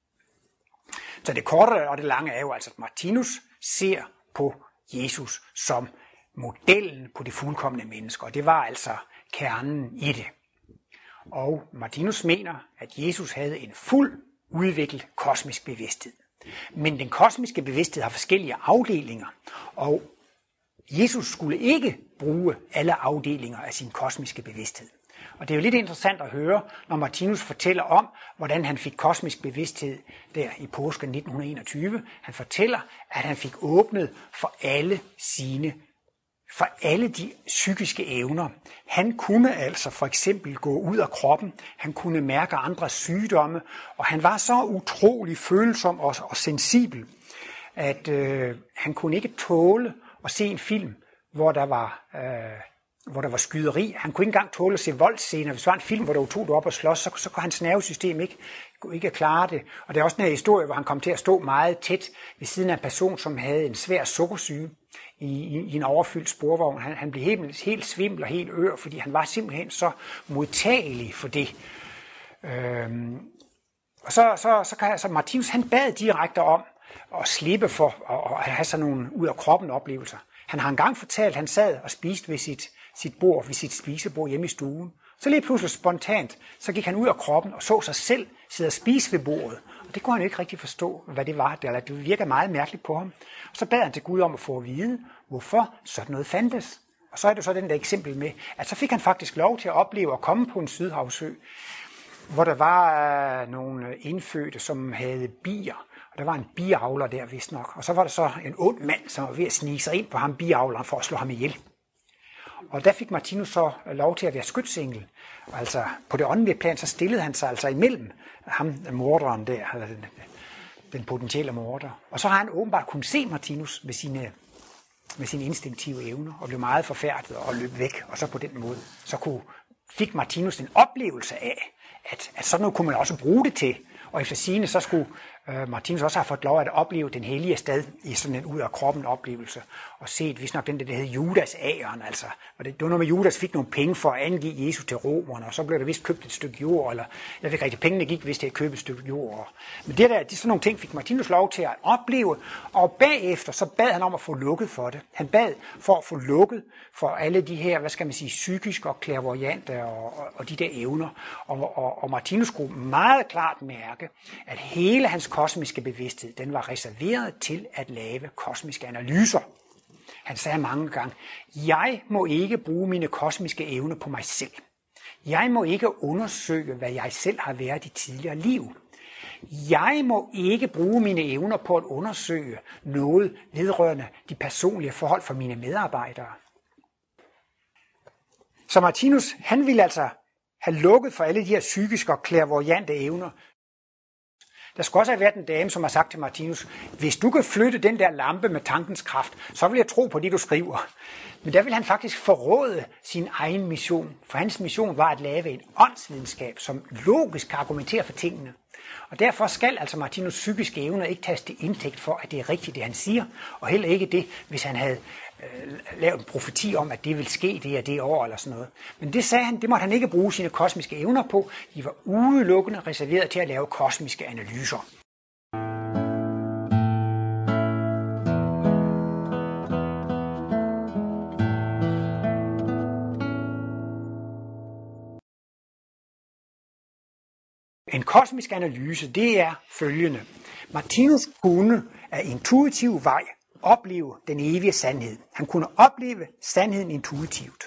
Så det korte og det lange er jo altså, at Martinus ser på Jesus som modellen på det fuldkomne menneske, og det var altså kernen i det. Og Martinus mener, at Jesus havde en fuld udviklet kosmisk bevidsthed. Men den kosmiske bevidsthed har forskellige afdelinger, og Jesus skulle ikke bruge alle afdelinger af sin kosmiske bevidsthed. Og det er jo lidt interessant at høre, når Martinus fortæller om, hvordan han fik kosmisk bevidsthed der i påsken nitten enogtyve. Han fortæller, at han fik åbnet for alle sine for alle de psykiske evner. Han kunne altså for eksempel gå ud af kroppen, han kunne mærke andres sygdomme, og han var så utrolig følsom og, og sensibel, at øh, han kunne ikke tåle at se en film, hvor der var, øh, hvor der var skyderi. Han kunne ikke engang tåle at se voldsscener. Hvis der var en film, hvor der var to, der var oppe og slås, så, så kunne hans nervesystem ikke, ikke klare det. Og der er også den her historie, hvor han kom til at stå meget tæt ved siden af en person, som havde en svær sukkersyge i, i, i en overfyldt sporvogn. Han, han blev helt, helt svimmel og helt ør, fordi han var simpelthen så modtagelig for det. Øhm, og så, så, så kan altså Martinus, han bad direkte om at slippe for at, at have sådan nogle ud af kroppen oplevelser. Han har engang fortalt, at han sad og spiste ved sit, sit bord, ved sit spisebord hjemme i stuen. Så lige pludselig spontant, så gik han ud af kroppen og så sig selv sidde og spise ved bordet. Og det kunne han jo ikke rigtig forstå, hvad det var. Det virker meget mærkeligt på ham. Og så bad han til Gud om at få at vide, hvorfor sådan noget fandtes. Og så er det så den der eksempel med, at så fik han faktisk lov til at opleve at komme på en sydhavsø, hvor der var nogle indfødte, som havde bier. Og der var en biavler der, vist nok. Og så var der så en ond mand, som var ved at snige sig ind på ham biavleren for at slå ham ihjel. Og der fik Martinus så lov til at være skytsengel. Altså på det åndelige plan, så stillede han sig altså imellem ham, morderen der, eller den, den potentielle morder. Og så har han åbenbart kunnet se Martinus med sine, med sine instinktive evner, og blev meget forfærdet og løb væk. Og så på den måde, så kunne, fik Martinus en oplevelse af, at, at sådan noget kunne man også bruge det til. Og efter sigende, så skulle øh, Martinus også have fået lov at opleve den hellige stad i sådan en ud af kroppen oplevelse. Og set, hvis nok den der, der hed Judas ageren, altså. Og det, det var noget med, Judas fik nogle penge for at angive Jesus til romerne, og så blev der vist købt et stykke jord, eller jeg ved ikke rigtig, pengene gik vist til at købe et stykke jord. Men det der, det, sådan nogle ting fik Martinus lov til at opleve, og bagefter så bad han om at få lukket for det. Han bad for at få lukket for alle de her, hvad skal man sige, psykiske og clairvoyante og, og, og de der evner. Og, og, og Martinus kunne meget klart mærke, at hele hans kosmiske bevidsthed, den var reserveret til at lave kosmiske analyser. Han sagde mange gange, jeg må ikke bruge mine kosmiske evner på mig selv. Jeg må ikke undersøge, hvad jeg selv har været i tidligere liv. Jeg må ikke bruge mine evner på at undersøge noget vedrørende de personlige forhold for mine medarbejdere. Så Martinus, han ville altså have lukket for alle de her psykiske og clairvoyante evner. Der skulle også have været en dame, som har sagt til Martinus, hvis du kan flytte den der lampe med tankens kraft, så vil jeg tro på det, du skriver. Men der vil han faktisk forråde sin egen mission, for hans mission var at lave en åndsvidenskab, som logisk kan argumentere for tingene. Og derfor skal altså Martinus' psykiske evner ikke tages til indtægt for, at det er rigtigt, det han siger, og heller ikke det, hvis han havde øh, lavet en profeti om, at det ville ske det og det år eller sådan noget. Men det sagde han, det måtte han ikke bruge sine kosmiske evner på. De var udelukkende reserveret til at lave kosmiske analyser. En kosmisk analyse, det er følgende. Martinus kunne af intuitiv vej opleve den evige sandhed. Han kunne opleve sandheden intuitivt.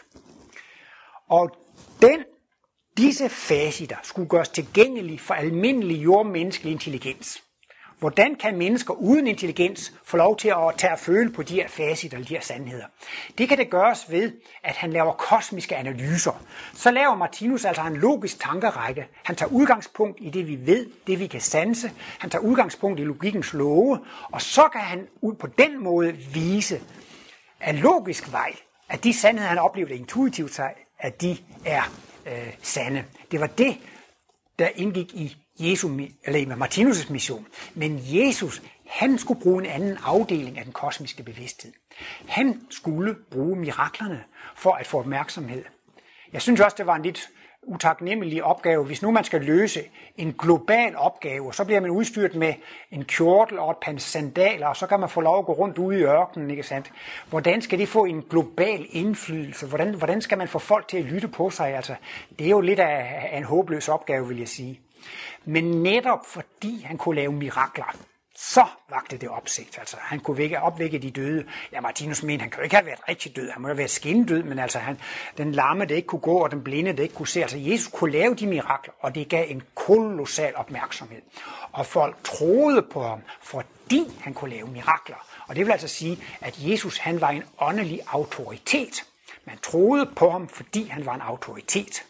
Og den, disse facitter skulle gøres tilgængelige for almindelig jordmenneskelig intelligens. Hvordan kan mennesker uden intelligens få lov til at tage og føle på de her facitter eller de her sandheder? Det kan det gøres ved, at han laver kosmiske analyser. Så laver Martinus altså en logisk tankerække. Han tager udgangspunkt i det, vi ved, det vi kan sanse. Han tager udgangspunkt i logikkens love, og så kan han ud på den måde vise af logisk vej, at de sandheder, han oplevede intuitivt sig, at de er øh, sande. Det var det, der indgik i Jesu, eller Martinus' mission. Men Jesus, han skulle bruge en anden afdeling af den kosmiske bevidsthed. Han skulle bruge miraklerne for at få opmærksomhed. Jeg synes også, det var en lidt utaknemmelig opgave. Hvis nu man skal løse en global opgave, så bliver man udstyret med en kjortel og et par sandaler, og så kan man få lov at gå rundt ude i ørkenen, ikke sandt? Hvordan skal det få en global indflydelse? Hvordan, hvordan skal man få folk til at lytte på sig? Altså, det er jo lidt af, af en håbløs opgave, vil jeg sige. Men netop fordi han kunne lave mirakler, så vagte det opsigt. Altså, han kunne vække, opvække de døde. Ja, Martinus mente, han kan jo ikke have været rigtig død. Han må jo have været skindød, men altså, han, den lamme, der ikke kunne gå, og den blinde, der ikke kunne se. Altså, Jesus kunne lave de mirakler, og det gav en kolossal opmærksomhed. Og folk troede på ham, fordi han kunne lave mirakler. Og det vil altså sige, at Jesus, han var en åndelig autoritet. Man troede på ham, fordi han var en autoritet.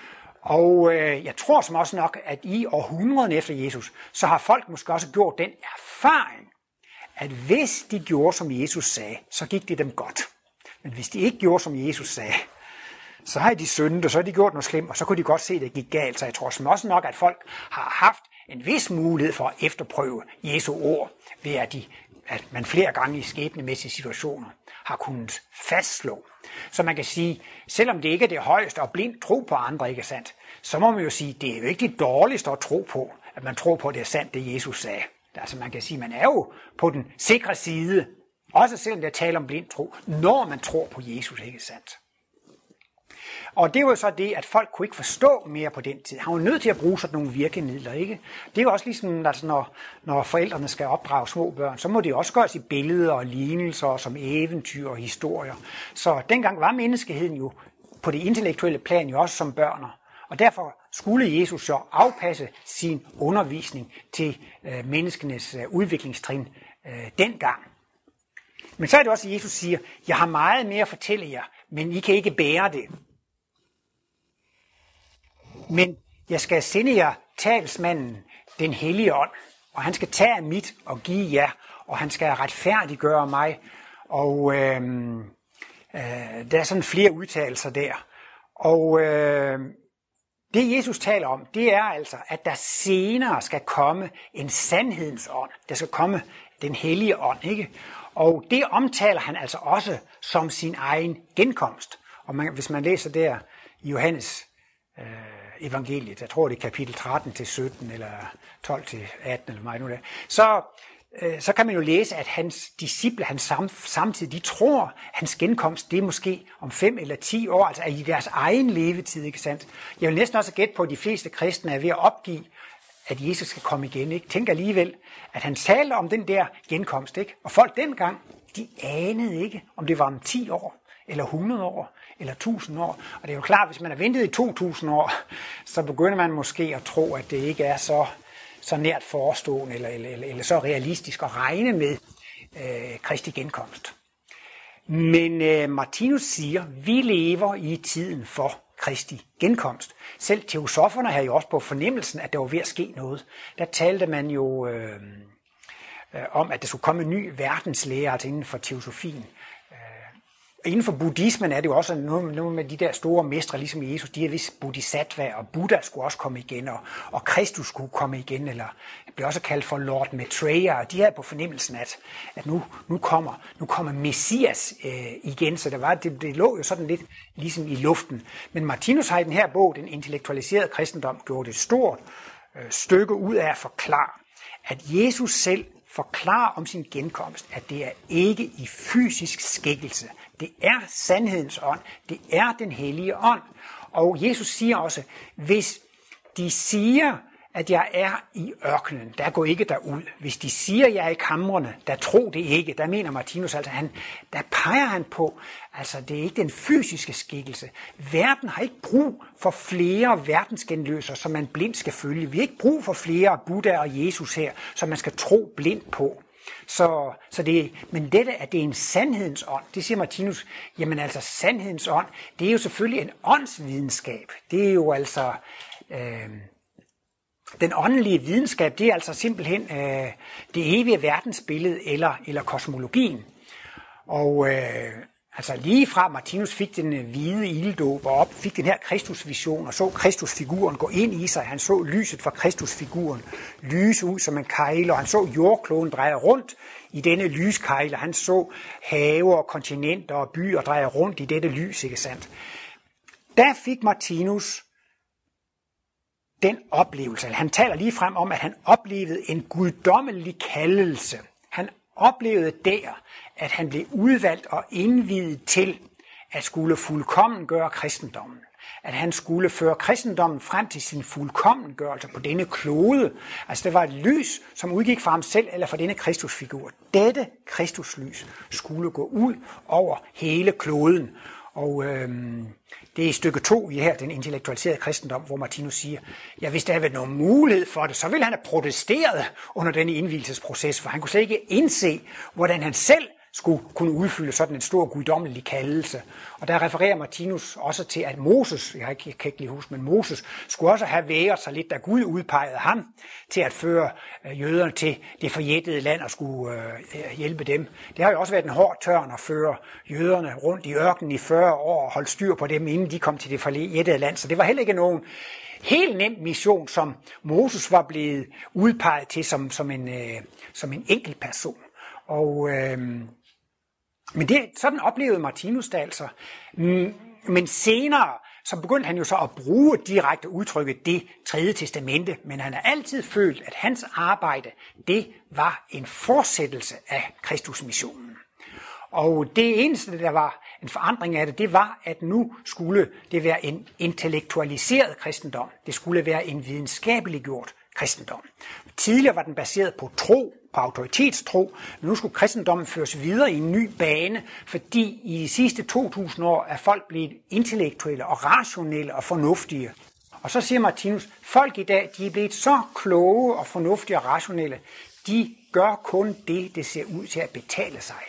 Og øh, jeg tror som også nok, at i århundreden efter Jesus, så har folk måske også gjort den erfaring, at hvis de gjorde, som Jesus sagde, så gik det dem godt. Men hvis de ikke gjorde, som Jesus sagde, så har de syndet, og så har de gjort noget slemt, og så kunne de godt se, at det gik galt. Så jeg tror som også nok, at folk har haft en vis mulighed for at efterprøve Jesu ord, ved at, de, at man flere gange i skæbnemæssige situationer har kunnet fastslå. Så man kan sige, selvom det ikke er det højeste og blindt tro på andre, ikke er sandt, så må man jo sige, det er jo ikke det dårligste at tro på, at man tror på, at det er sandt, det Jesus sagde. Altså man kan sige, man er jo på den sikre side, også selvom der taler om blind tro, når man tror på Jesus, ikke sandt. Og det var så det, at folk kunne ikke forstå mere på den tid. Han var nødt til at bruge sådan nogle virkemidler, ikke? Det er jo også ligesom, altså når, når forældrene skal opdrage små børn, så må det også gøres i billeder og lignelser, som eventyr og historier. Så dengang var menneskeheden jo på det intellektuelle plan jo også som børner. Og derfor skulle Jesus så afpasse sin undervisning til øh, menneskenes øh, udviklingstrin øh, dengang. Men så er det også, at Jesus siger, jeg har meget mere at fortælle jer, men I kan ikke bære det. Men jeg skal sende jer talsmanden, den hellige ånd, og han skal tage af mit og give jer, og han skal retfærdiggøre mig. Og øh, øh, der er sådan flere udtalelser der. Og øh, det Jesus taler om, det er altså, at der senere skal komme en sandhedens ånd. Der skal komme den hellige ånd, ikke? Og det omtaler han altså også som sin egen genkomst. Og man, hvis man læser der i Johannes øh, evangeliet, jeg tror det er kapitel tretten til sytten, eller tolv til atten, eller hvad nu det, så, øh, så kan man jo læse, at hans disciple, han sam, samtidig, de tror, at hans genkomst, det er måske om fem eller ti år, altså i deres egen levetid, ikke sandt? Jeg vil næsten også gætte på, at de fleste kristne er ved at opgive, at Jesus skal komme igen, ikke? Tænk alligevel, at han talte om den der genkomst, ikke? Og folk dengang, de anede ikke, om det var om ti år, eller hundrede år, eller tusind år. Og det er jo klart, hvis man har ventet i to tusind år, så begynder man måske at tro, at det ikke er så, så nært forestående, eller, eller, eller, eller så realistisk at regne med øh, Kristi genkomst. Men øh, Martinus siger, vi lever i tiden for Kristi genkomst. Selv teosoferne havde jo også på fornemmelsen, at der var ved at ske noget. Der talte man jo øh, øh, om, at der skulle komme en ny verdenslære, altså inden for teosofien. Øh, inden for buddhismen er det jo også nogle, nogle med de der store mestre, ligesom Jesus, de er vist bodhisattva, og Buddha skulle også komme igen, og, og Kristus skulle komme igen, eller det bliver også kaldt for Lord Maitreya, og de havde på fornemmelsen, at, at nu, nu, kommer, nu kommer Messias øh, igen, så det, var, det, det lå jo sådan lidt ligesom i luften. Men Martinus har i den her bog, Den intellektualiserede kristendom, gjort et stort øh, stykke ud af at forklare, at Jesus selv forklarer om sin genkomst, at det er ikke i fysisk skikkelse. Det er sandhedens ånd. Det er den hellige ånd. Og Jesus siger også, hvis de siger, at jeg er i ørkenen, der går ikke derud. Hvis de siger, at jeg er i kamrene, der tro det ikke. Der mener Martinus altså, han, der peger han på, altså det er ikke den fysiske skikkelse. Verden har ikke brug for flere verdensgenløser, som man blindt skal følge. Vi har ikke brug for flere Buddha og Jesus her, som man skal tro blindt på. Så, så det, men dette, at det er en sandhedens ånd, det siger Martinus, jamen altså sandhedens ånd, det er jo selvfølgelig en åndsvidenskab. Det er jo altså... Øh, Den åndelige videnskab, det er altså simpelthen øh, det evige verdensbillede eller, eller kosmologien. Og øh, altså lige fra Martinus fik den øh, hvide ilddåb og op, fik den her Kristusvision og så Kristusfiguren gå ind i sig. Han så lyset fra Kristusfiguren lyse ud som en kejle, og han så jordkloden dreje rundt i denne lyskejle. Han så have og kontinenter og byer dreje rundt i dette lys, ikke sandt? Der fik Martinus den oplevelse. Han taler lige frem om, at han oplevede en guddommelig kaldelse. Han oplevede der, at han blev udvalgt og indviet til at skulle fuldkommen gøre kristendommen. At han skulle føre kristendommen frem til sin fuldkommengørelse på denne klode. Altså det var et lys, som udgik fra ham selv eller fra denne Kristusfigur. Dette Kristuslys skulle gå ud over hele kloden. Og øhm, det er i stykke to i her, den intellektualiserede kristendom, hvor Martinus siger, ja, hvis der havde været nogen mulighed for det, så ville han have protesteret under denne indvielsesproces, for han kunne slet ikke indse, hvordan han selv skulle kunne udfylde sådan en stor guddommelig kaldelse. Og der refererer Martinus også til, at Moses, jeg, ikke, jeg kan ikke lige huske, men Moses skulle også have været sig lidt, da Gud udpegede ham til at føre øh, jøderne til det forjættede land og skulle øh, hjælpe dem. Det har jo også været en hård tørn at føre jøderne rundt i ørkenen i fyrre år og holde styr på dem, inden de kom til det forjættede land. Så det var heller ikke nogen helt nem mission, som Moses var blevet udpeget til som, som, en, øh, som en enkelt person. Og... Øh, Men det, sådan oplevede Martinus det altså. Men senere, så begyndte han jo så at bruge direkte udtrykket det tredje testamente, men han har altid følt, at hans arbejde, det var en fortsættelse af Kristusmissionen. Og det eneste, der var en forandring af det, det var, at nu skulle det være en intellektualiseret kristendom. Det skulle være en videnskabeliggjort kristendom. Tidligere var den baseret på tro, på autoritetstro, men nu skulle kristendommen føres videre i en ny bane, fordi i de sidste to tusind år er folk blevet intellektuelle og rationelle og fornuftige. Og så siger Martinus, folk i dag, de er blevet så kloge og fornuftige og rationelle, de gør kun det, det ser ud til at betale sig.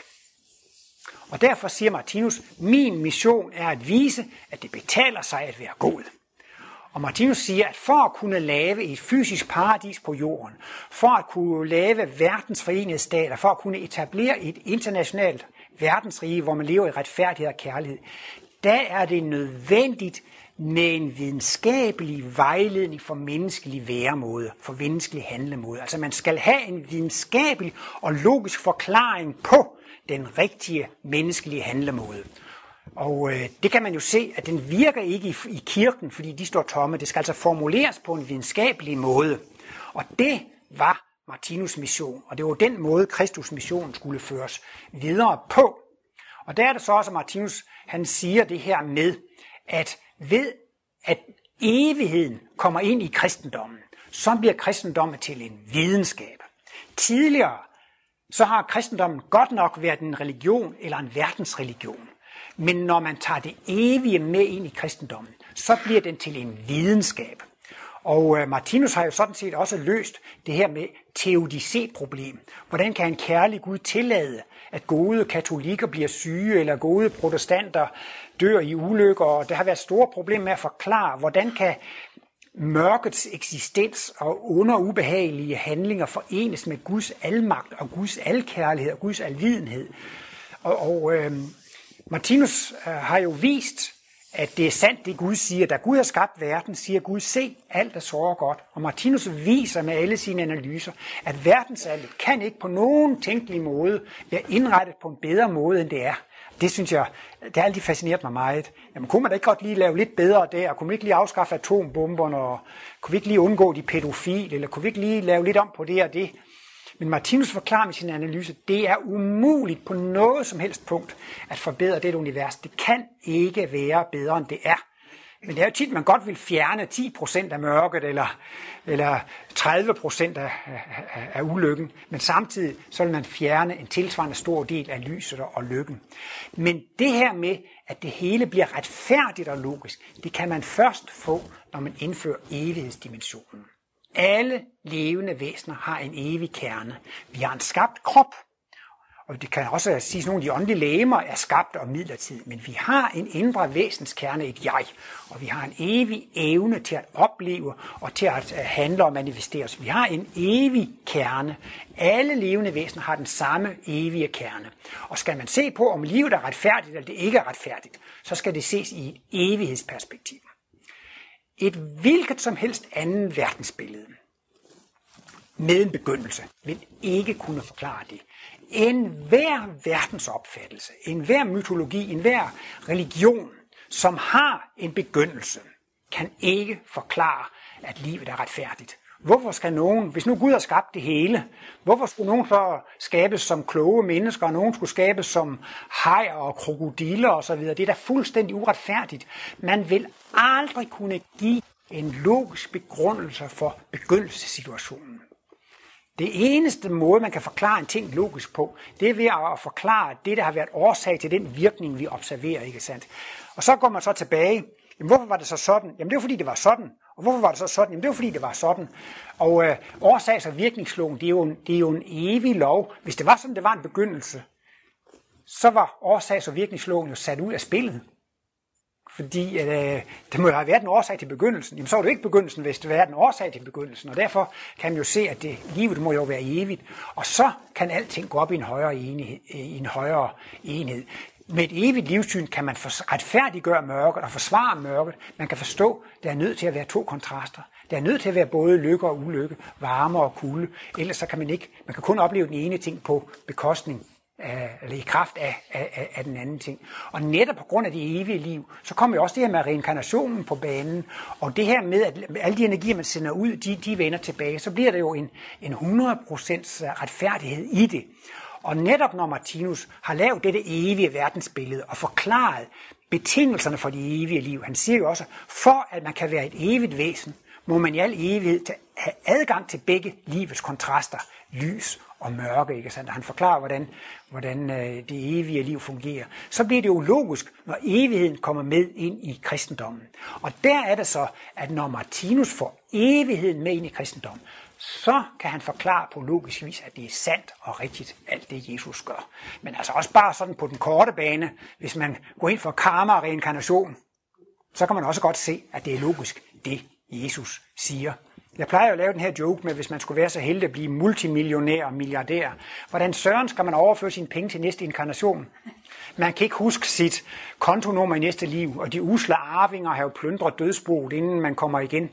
Og derfor siger Martinus, min mission er at vise, at det betaler sig at være god. Og Martinus siger, at for at kunne lave et fysisk paradis på jorden, for at kunne lave verdens forenede stater, for at kunne etablere et internationalt verdensrige, hvor man lever i retfærdighed og kærlighed, der er det nødvendigt med en videnskabelig vejledning for menneskelig væremåde, for menneskelig handlemåde. Altså man skal have en videnskabelig og logisk forklaring på den rigtige menneskelige handlemåde. Og øh, det kan man jo se, at den virker ikke i, i kirken, fordi de står tomme. Det skal altså formuleres på en videnskabelig måde. Og det var Martinus' mission, og det var den måde, Kristus' mission skulle føres videre på. Og der er det så også, at Martinus han siger det her med, at ved at evigheden kommer ind i kristendommen, så bliver kristendommen til en videnskab. Tidligere så har kristendommen godt nok været en religion eller en verdensreligion. Men når man tager det evige med ind i kristendommen, så bliver den til en videnskab. Og Martinus har jo sådan set også løst det her med teodicé-problem. Hvordan kan en kærlig Gud tillade, at gode katolikker bliver syge, eller gode protestanter dør i ulykker? Og der har været store problemer med at forklare, hvordan kan mørkets eksistens og underubehagelige handlinger forenes med Guds almagt og Guds alkærlighed og Guds alvidenhed. Og, og øh, Martinus øh, har jo vist, at det er sandt, det Gud siger. Da Gud har skabt verden, siger Gud, se, alt er så godt. Og Martinus viser med alle sine analyser, at verdensaldet kan ikke på nogen tænkelig måde være indrettet på en bedre måde, end det er. Det synes jeg, det har altid fascineret mig meget. Jamen, kunne man da ikke godt lige lave lidt bedre der? Kunne man ikke lige afskaffe atombomberne? Og kunne vi ikke lige undgå de pædofile? Eller kunne vi ikke lige lave lidt om på det og det? Men Martinus forklarer med sin analyse, det er umuligt på noget som helst punkt at forbedre det univers. Det kan ikke være bedre, end det er. Men det er jo tit, man godt vil fjerne ti procent af mørket, eller, eller tredive procent af, af, af ulykken. Men samtidig så vil man fjerne en tilsvarende stor del af lyset og lykken. Men det her med, at det hele bliver retfærdigt og logisk, det kan man først få, når man indfører evighedsdimensionen. Alle levende væsener har en evig kerne. Vi har en skabt krop, og det kan også siges, at nogle af de åndelige legemer er skabt og midlertidigt, men vi har en indre væsenskerne, et jeg, og vi har en evig evne til at opleve og til at handle og manifestere os. Vi har en evig kerne. Alle levende væsener har den samme evige kerne. Og skal man se på, om livet er retfærdigt eller det ikke er retfærdigt, så skal det ses i et evighedsperspektiv. Et hvilket som helst andet verdensbillede med en begyndelse vil ikke kunne forklare det. En hver verdensopfattelse, en hver mytologi, en hver religion, som har en begyndelse, kan ikke forklare, at livet er retfærdigt. Hvorfor skal nogen, hvis nu Gud har skabt det hele, hvorfor skulle nogen så skabes som kloge mennesker, og nogen skulle skabes som hajer og krokodiller osv.? Det er da fuldstændig uretfærdigt. Man vil aldrig kunne give en logisk begrundelse for begyndelsessituationen. Det eneste måde, man kan forklare en ting logisk på, det er ved at forklare det, der har været årsag til den virkning, vi observerer, ikke sandt? Og så går man så tilbage. Jamen, hvorfor var det så sådan? Jamen, det var fordi, det var sådan. Og hvorfor var det så sådan? Jamen, det var fordi, det var sådan. Og øh, årsags- og virkningsloven, det er, jo en, det er jo en evig lov. Hvis det var sådan, det var en begyndelse, så var årsags- og virkningsloven jo sat ud af spillet. Fordi øh, det må jo have været en årsag til begyndelsen. Jamen, så var det ikke begyndelsen, hvis det var en årsag til begyndelsen. Og derfor kan man jo se, at det, livet må jo være evigt. Og så kan alting gå op i en højere enhed. I en højere enhed. Med et evigt livssyn kan man retfærdiggøre mørket og forsvare mørket. Man kan forstå, at der er nødt til at være to kontraster. Der er nødt til at være både lykke og ulykke, varme og kulde. Ellers så kan man ikke, man kan kun opleve den ene ting på bekostning, eller i kraft af, af, af den anden ting. Og netop på grund af det evige liv, så kommer jo også det her med reinkarnationen på banen, og det her med, at alle de energier, man sender ud, de, de vender tilbage, så bliver der jo en, en hundrede procent retfærdighed i det. Og netop når Martinus har lavet dette evige verdensbillede og forklaret betingelserne for det evige liv, han siger jo også, for at man kan være et evigt væsen, må man i al evighed have adgang til begge livets kontraster, lys og mørke, ikke sandt? Han forklarer, hvordan, hvordan det evige liv fungerer. Så bliver det jo logisk, når evigheden kommer med ind i kristendommen. Og der er det så, at når Martinus får evigheden med ind i kristendommen, så kan han forklare på logisk vis, at det er sandt og rigtigt, alt det Jesus gør. Men altså også bare sådan på den korte bane, hvis man går ind for karma og reinkarnation, så kan man også godt se, at det er logisk, det Jesus siger. Jeg plejer at lave den her joke med, hvis man skulle være så heldig at blive multimillionær og milliardær. Hvordan søren skal man overføre sine penge til næste inkarnation? Man kan ikke huske sit kontonummer i næste liv, og de usle arvinger har jo plyndret dødsboet, inden man kommer igen.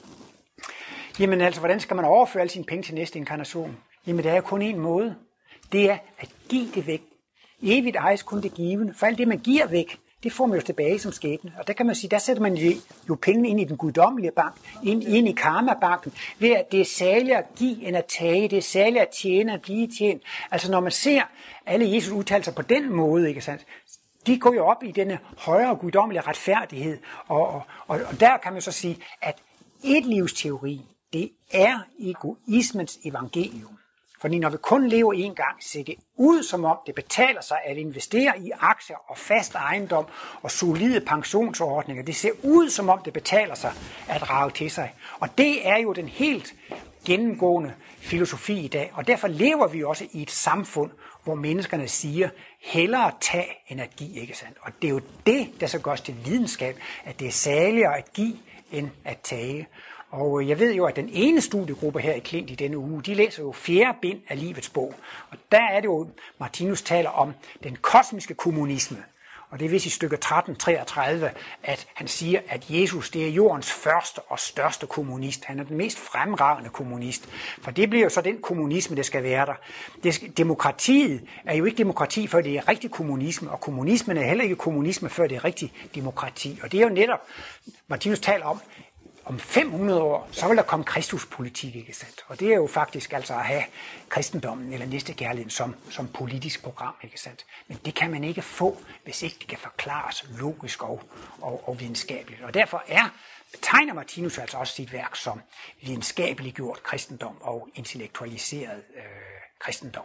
Jamen altså, hvordan skal man overføre alle sine penge til næste inkarnation? Jamen, der er jo kun en måde. Det er at give det væk. Evigt ejes kun det givende. For alt det, man giver væk, det får man jo tilbage som skæbne. Og der kan man sige, der sætter man jo pengene ind i den guddommelige bank, ind, ind i karma-banken, ved at det er særligt at give end at tage, det er særligt at tjene at blive tjent. Altså når man ser alle Jesus udtale sig på den måde, ikke sandt? De går jo op i denne højere guddommelige retfærdighed. Og, og, og, og der kan man så sige, at et livsteori, det er egoismens evangelium. Fordi når vi kun lever én gang, ser det ud som om det betaler sig at investere i aktier og fast ejendom og solide pensionsordninger. Det ser ud som om det betaler sig at rage til sig. Og det er jo den helt gennemgående filosofi i dag. Og derfor lever vi også i et samfund, hvor menneskerne siger, hellere tag end at give, ikke sandt? Og det er jo det, der så gørs til videnskab, at det er saligere at give end at tage. Og jeg ved jo, at den ene studiegruppe her i Klint i denne uge, de læser jo fjerde bind af livets bog. Og der er det jo, Martinus taler om den kosmiske kommunisme. Og det er vist i stykke tretten treogtredive, at han siger, at Jesus det er jordens første og største kommunist. Han er den mest fremragende kommunist. For det bliver jo så den kommunisme, der skal være der. Det, demokratiet er jo ikke demokrati, før det er rigtig kommunisme, og kommunismen er heller ikke kommunisme, før det er rigtig demokrati. Og det er jo netop, Martinus taler om, om fem hundrede år, så vil der komme kristuspolitik, ikke sandt? Og det er jo faktisk altså at have kristendommen eller næstekærligheden som, som politisk program, ikke sandt? Men det kan man ikke få, hvis ikke det kan forklares logisk og, og, og videnskabeligt. Og derfor er, betegner Martinus altså også sit værk som videnskabeligt gjort kristendom og intellektualiseret øh, kristendom.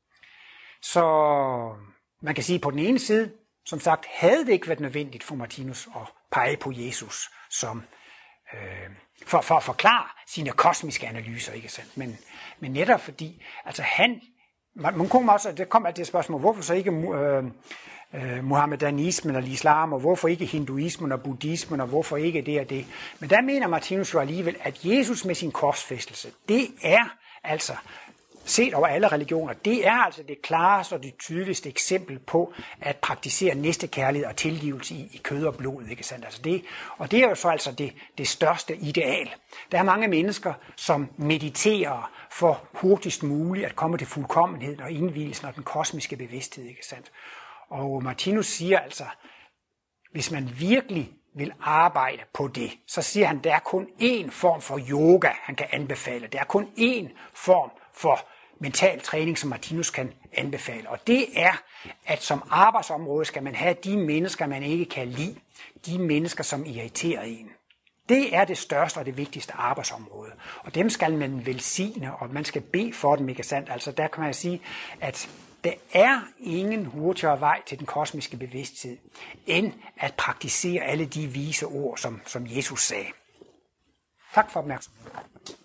Så man kan sige på den ene side, som sagt, havde det ikke været nødvendigt for Martinus at pege på Jesus som For, for at forklare sine kosmiske analyser, ikke sandt? Men, men netop fordi, altså han, man kommer også, det kommer altid et spørgsmål, hvorfor så ikke øh, øh, muhammedanismen eller islam, og hvorfor ikke hinduismen og buddhismen, og hvorfor ikke det og det. Men der mener Martinus jo alligevel, at Jesus med sin korsfæstelse, det er altså, set over alle religioner, det er altså det klareste og det tydeligste eksempel på at praktisere næstekærlighed og tilgivelse i, i kød og blod, ikke sandt? Altså det, og det er jo så altså det, det største ideal. Der er mange mennesker, som mediterer for hurtigst muligt at komme til fuldkommenheden og indvielsen og den kosmiske bevidsthed, ikke sandt? Og Martinus siger altså, hvis man virkelig vil arbejde på det, så siger han, at der er kun én form for yoga, han kan anbefale. Der er kun én form for mental træning, som Martinus kan anbefale. Og det er, at som arbejdsområde skal man have de mennesker, man ikke kan lide. De mennesker, som irriterer en. Det er det største og det vigtigste arbejdsområde. Og dem skal man velsigne, og man skal bede for dem, ikke sandt? Altså der kan man sige, at der er ingen hurtigere vej til den kosmiske bevidsthed, end at praktisere alle de vise ord, som, som Jesus sagde. Tak for opmærksomheden.